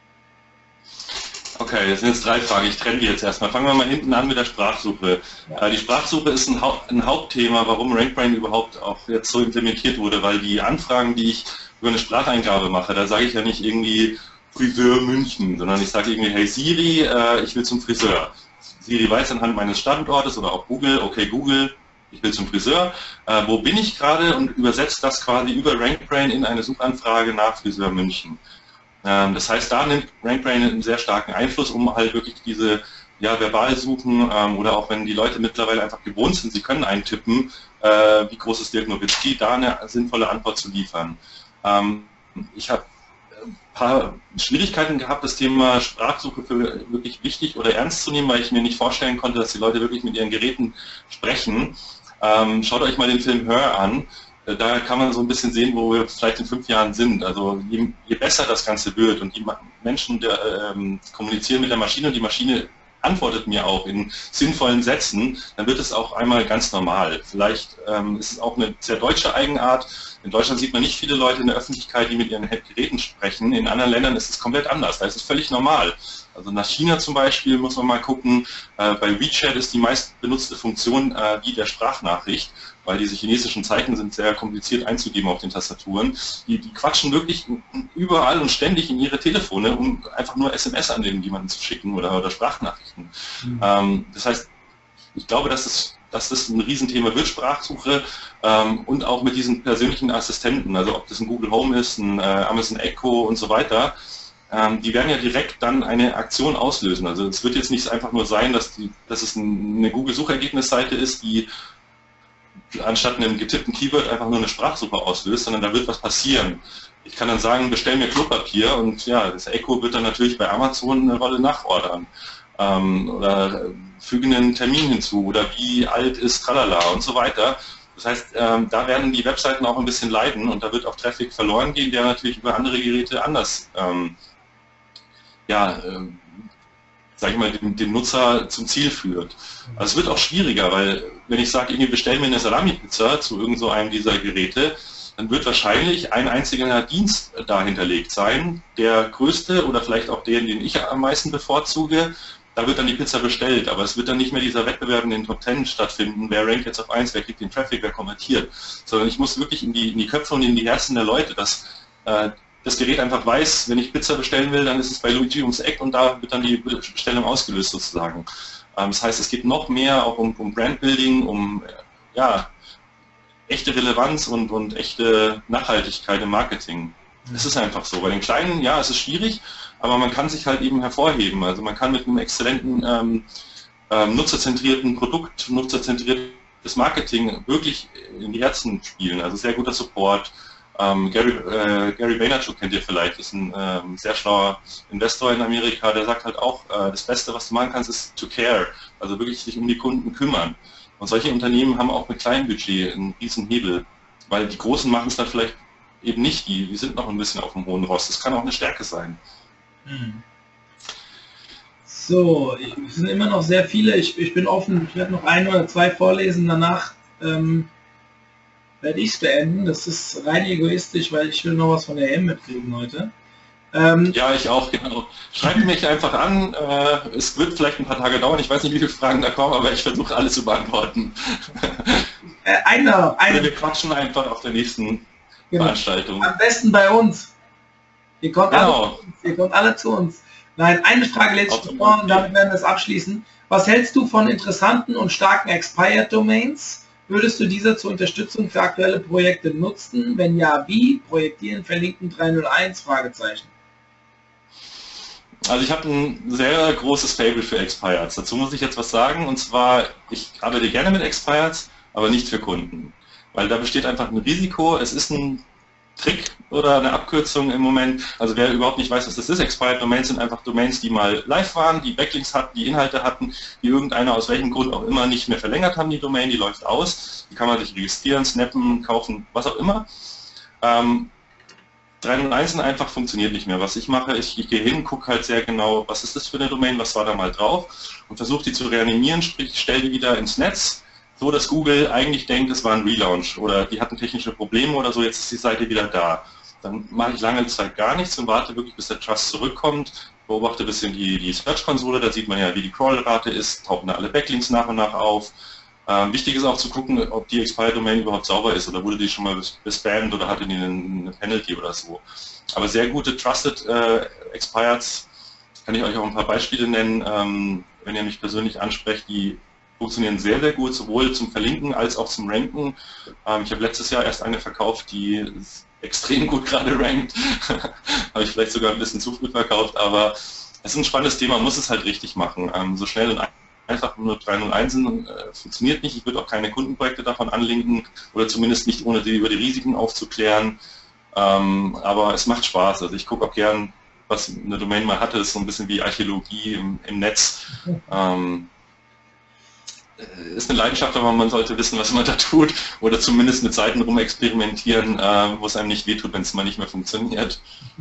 Okay, das sind jetzt drei Fragen. Ich trenne die jetzt erstmal. Fangen wir mal hinten an mit der Sprachsuche. Ja. Die Sprachsuche ist ein, Haupt, ein Hauptthema, warum RankBrain überhaupt auch jetzt so implementiert wurde, weil die Anfragen, die ich über eine Spracheingabe mache, da sage ich ja nicht irgendwie Friseur München, sondern ich sage irgendwie, hey Siri, äh, ich will zum Friseur. Siri weiß anhand meines Standortes oder auch Google, okay Google, ich will zum Friseur, äh, wo bin ich gerade, und übersetzt das quasi über RankBrain in eine Suchanfrage nach Friseur München. Das heißt, da nimmt RankBrain einen sehr starken Einfluss, um halt wirklich diese ja, Verbalsuchen ähm, oder auch wenn die Leute mittlerweile einfach gewohnt sind, sie können eintippen, äh, wie groß ist Dirk Nowitzki, da eine sinnvolle Antwort zu liefern. Ähm, ich habe ein paar Schwierigkeiten gehabt, das Thema Sprachsuche für wirklich wichtig oder ernst zu nehmen, weil ich mir nicht vorstellen konnte, dass die Leute wirklich mit ihren Geräten sprechen. Ähm, schaut euch mal den Film Her an. Da kann man so ein bisschen sehen, wo wir vielleicht in fünf Jahren sind. Also je, je besser das Ganze wird und die Menschen der, ähm, kommunizieren mit der Maschine und die Maschine antwortet mir auch in sinnvollen Sätzen, dann wird es auch einmal ganz normal. Vielleicht ähm, ist es auch eine sehr deutsche Eigenart. In Deutschland sieht man nicht viele Leute in der Öffentlichkeit, die mit ihren Geräten sprechen. In anderen Ländern ist es komplett anders. Da ist es völlig normal. Also nach China zum Beispiel muss man mal gucken. Äh, bei WeChat ist die meist benutzte Funktion äh, die der Sprachnachricht, weil diese chinesischen Zeichen sind sehr kompliziert einzugeben auf den Tastaturen. Die, die quatschen wirklich überall und ständig in ihre Telefone, um einfach nur S M S an den jemanden zu schicken oder, oder Sprachnachrichten. Mhm. Ähm, das heißt, ich glaube, dass es dass das ein Riesenthema wird, Sprachsuche, ähm, und auch mit diesen persönlichen Assistenten, also ob das ein Google Home ist, ein äh, Amazon Echo und so weiter, ähm, die werden ja direkt dann eine Aktion auslösen. Also es wird jetzt nicht einfach nur sein, dass, die, dass es ein, eine Google-Suchergebnisseite ist, die anstatt einem getippten Keyword einfach nur eine Sprachsuche auslöst, sondern da wird was passieren. Ich kann dann sagen, bestell mir Klopapier, und ja, das Echo wird dann natürlich bei Amazon eine Rolle nachordern. Ähm, oder füge einen Termin hinzu oder wie alt ist Tralala und so weiter. Das heißt, ähm, da werden die Webseiten auch ein bisschen leiden und da wird auch Traffic verloren gehen, der natürlich über andere Geräte anders, ähm, ja, ähm, sag ich mal, den, den Nutzer zum Ziel führt. Also es wird auch schwieriger, weil wenn ich sage, irgendwie bestell mir eine Salami-Pizza zu irgend so einem dieser Geräte, dann wird wahrscheinlich ein einziger Dienst dahinterlegt sein, der größte oder vielleicht auch den, den ich am meisten bevorzuge. Da wird dann die Pizza bestellt, aber es wird dann nicht mehr dieser Wettbewerb in den Top Ten stattfinden, wer rankt jetzt auf eins, wer kriegt den Traffic, wer kommentiert, sondern ich muss wirklich in die, in die Köpfe und in die Herzen der Leute, dass äh, das Gerät einfach weiß, wenn ich Pizza bestellen will, dann ist es bei Luigi ums Eck und da wird dann die Bestellung ausgelöst sozusagen. Ähm, das heißt, es geht noch mehr auch um, um Brandbuilding, um ja, echte Relevanz und, und echte Nachhaltigkeit im Marketing. Es ist einfach so. Bei den Kleinen, ja, es ist schwierig, aber man kann sich halt eben hervorheben. Also man kann mit einem exzellenten, ähm, ähm, nutzerzentrierten Produkt, nutzerzentriertes Marketing wirklich in die Herzen spielen. Also sehr guter Support. Ähm, Gary, äh, Gary Vaynerchuk kennt ihr vielleicht, ist ein ähm, sehr schlauer Investor in Amerika, der sagt halt auch, äh, das Beste, was du machen kannst, ist to care. Also wirklich sich um die Kunden kümmern. Und solche Unternehmen haben auch mit kleinem Budget einen riesen Hebel, weil die Großen machen es dann vielleicht eben nicht, die, die sind noch ein bisschen auf dem hohen Rost. Das kann auch eine Stärke sein. So, es sind immer noch sehr viele. Ich, ich bin offen, ich werde noch ein oder zwei vorlesen, danach ähm, werde ich es beenden. Das ist rein egoistisch, weil ich will noch was von der E M mitkriegen heute. Ähm, ja, ich auch, genau. Schreibt mich einfach an. Äh, es wird vielleicht ein paar Tage dauern. Ich weiß nicht, wie viele Fragen da kommen, aber ich versuche alles zu beantworten. Äh, eine, eine. Wir quatschen einfach auf der nächsten genau. Veranstaltung. Am besten bei uns. Ihr kommt, genau. alle, ihr kommt alle zu uns. Nein, eine Frage lese ich vor und damit werden wir es abschließen. Was hältst du von interessanten und starken Expired-Domains? Würdest du diese zur Unterstützung für aktuelle Projekte nutzen? Wenn ja, wie? Projektieren, verlinken drei null eins? Fragezeichen. Also ich habe ein sehr großes Faible für Expireds. Dazu muss ich jetzt was sagen, und zwar, ich arbeite gerne mit Expireds, aber nicht für Kunden. Weil da besteht einfach ein Risiko, es ist ein Trick oder eine Abkürzung im Moment. Also wer überhaupt nicht weiß, was das ist, Expired Domains sind einfach Domains, die mal live waren, die Backlinks hatten, die Inhalte hatten, die irgendeiner aus welchem Grund auch immer nicht mehr verlängert haben, die Domain, die läuft aus, die kann man sich registrieren, snappen, kaufen, was auch immer. Ähm, drei null eins einfach funktioniert nicht mehr. Was ich mache, ich, ich gehe hin, gucke halt sehr genau, was ist das für eine Domain, was war da mal drauf und versuche die zu reanimieren, sprich, stelle die wieder ins Netz, so, dass Google eigentlich denkt, es war ein Relaunch oder die hatten technische Probleme oder so, jetzt ist die Seite wieder da. Dann mache ich lange Zeit gar nichts und warte wirklich, bis der Trust zurückkommt, beobachte ein bisschen die, die Search-Konsole, da sieht man ja, wie die Crawl-Rate ist, tauchen da alle Backlinks nach und nach auf. Ähm, wichtig ist auch zu gucken, ob die Expired-Domain überhaupt sauber ist oder wurde die schon mal bespammt oder hatte die eine, eine Penalty oder so. Aber sehr gute Trusted äh, Expireds, kann ich euch auch ein paar Beispiele nennen, ähm, wenn ihr mich persönlich ansprecht, die funktionieren sehr, sehr gut, sowohl zum Verlinken als auch zum Ranken. Ähm, ich habe letztes Jahr erst eine verkauft, die extrem gut gerade rankt. Habe ich vielleicht sogar ein bisschen zu früh verkauft, aber es ist ein spannendes Thema, man muss es halt richtig machen. Ähm, so schnell und einfach nur drei null eins äh, funktioniert nicht. Ich würde auch keine Kundenprojekte davon anlinken oder zumindest nicht ohne die über die Risiken aufzuklären. Ähm, aber es macht Spaß. Also ich gucke auch gern, was eine Domain mal hatte, ist so ein bisschen wie Archäologie im, im Netz. Ähm, ist eine Leidenschaft, aber man sollte wissen, was man da tut oder zumindest mit Seiten rumexperimentieren, äh, wo es einem nicht wehtut, wenn es mal nicht mehr funktioniert.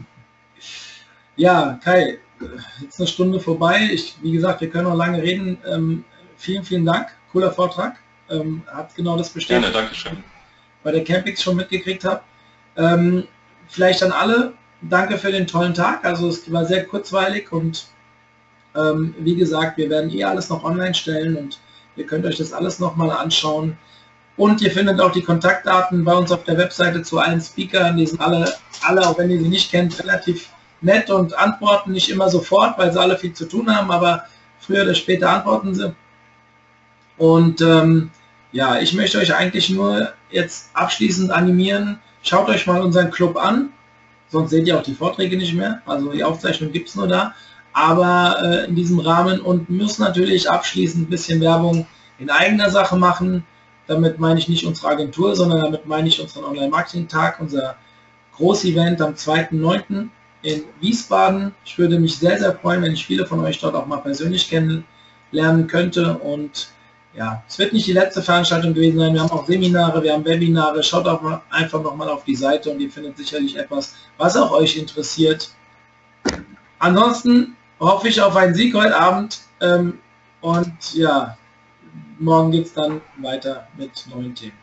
Ja, Kai, jetzt eine Stunde vorbei. Ich, wie gesagt, wir können noch lange reden. Ähm, vielen, vielen Dank. Cooler Vortrag. Ähm, hat genau das bestätigt, Gerne, danke schön. Bei der Campix schon mitgekriegt habe. Ähm, vielleicht an alle, danke für den tollen Tag. Also es war sehr kurzweilig und ähm, wie gesagt, wir werden eh alles noch online stellen und ihr könnt euch das alles nochmal anschauen. Und ihr findet auch die Kontaktdaten bei uns auf der Webseite zu allen Speakern. Die sind alle, alle, auch wenn ihr sie nicht kennt, relativ nett und antworten nicht immer sofort, weil sie alle viel zu tun haben, aber früher oder später antworten sie. Und ähm, ja, ich möchte euch eigentlich nur jetzt abschließend animieren, schaut euch mal unseren Club an, sonst seht ihr auch die Vorträge nicht mehr, also die Aufzeichnung gibt es nur da, aber äh, in diesem Rahmen und müssen natürlich abschließend ein bisschen Werbung in eigener Sache machen. Damit meine ich nicht unsere Agentur, sondern damit meine ich unseren Online-Marketing-Tag, unser Groß-Event am zweiten neunten in Wiesbaden. Ich würde mich sehr, sehr freuen, wenn ich viele von euch dort auch mal persönlich kennenlernen könnte. Und ja, es wird nicht die letzte Veranstaltung gewesen sein. Wir haben auch Seminare, wir haben Webinare. Schaut auch mal, einfach nochmal auf die Seite und ihr findet sicherlich etwas, was auch euch interessiert. Ansonsten hoffe ich auf einen Sieg heute Abend. Ähm, und ja, morgen geht es dann weiter mit neuen Themen.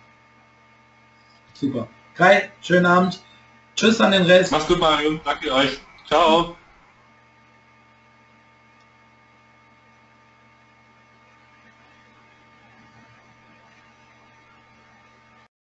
Super. Kai, schönen Abend. Tschüss an den Rest. Macht's gut, Mario. Danke euch. Ciao.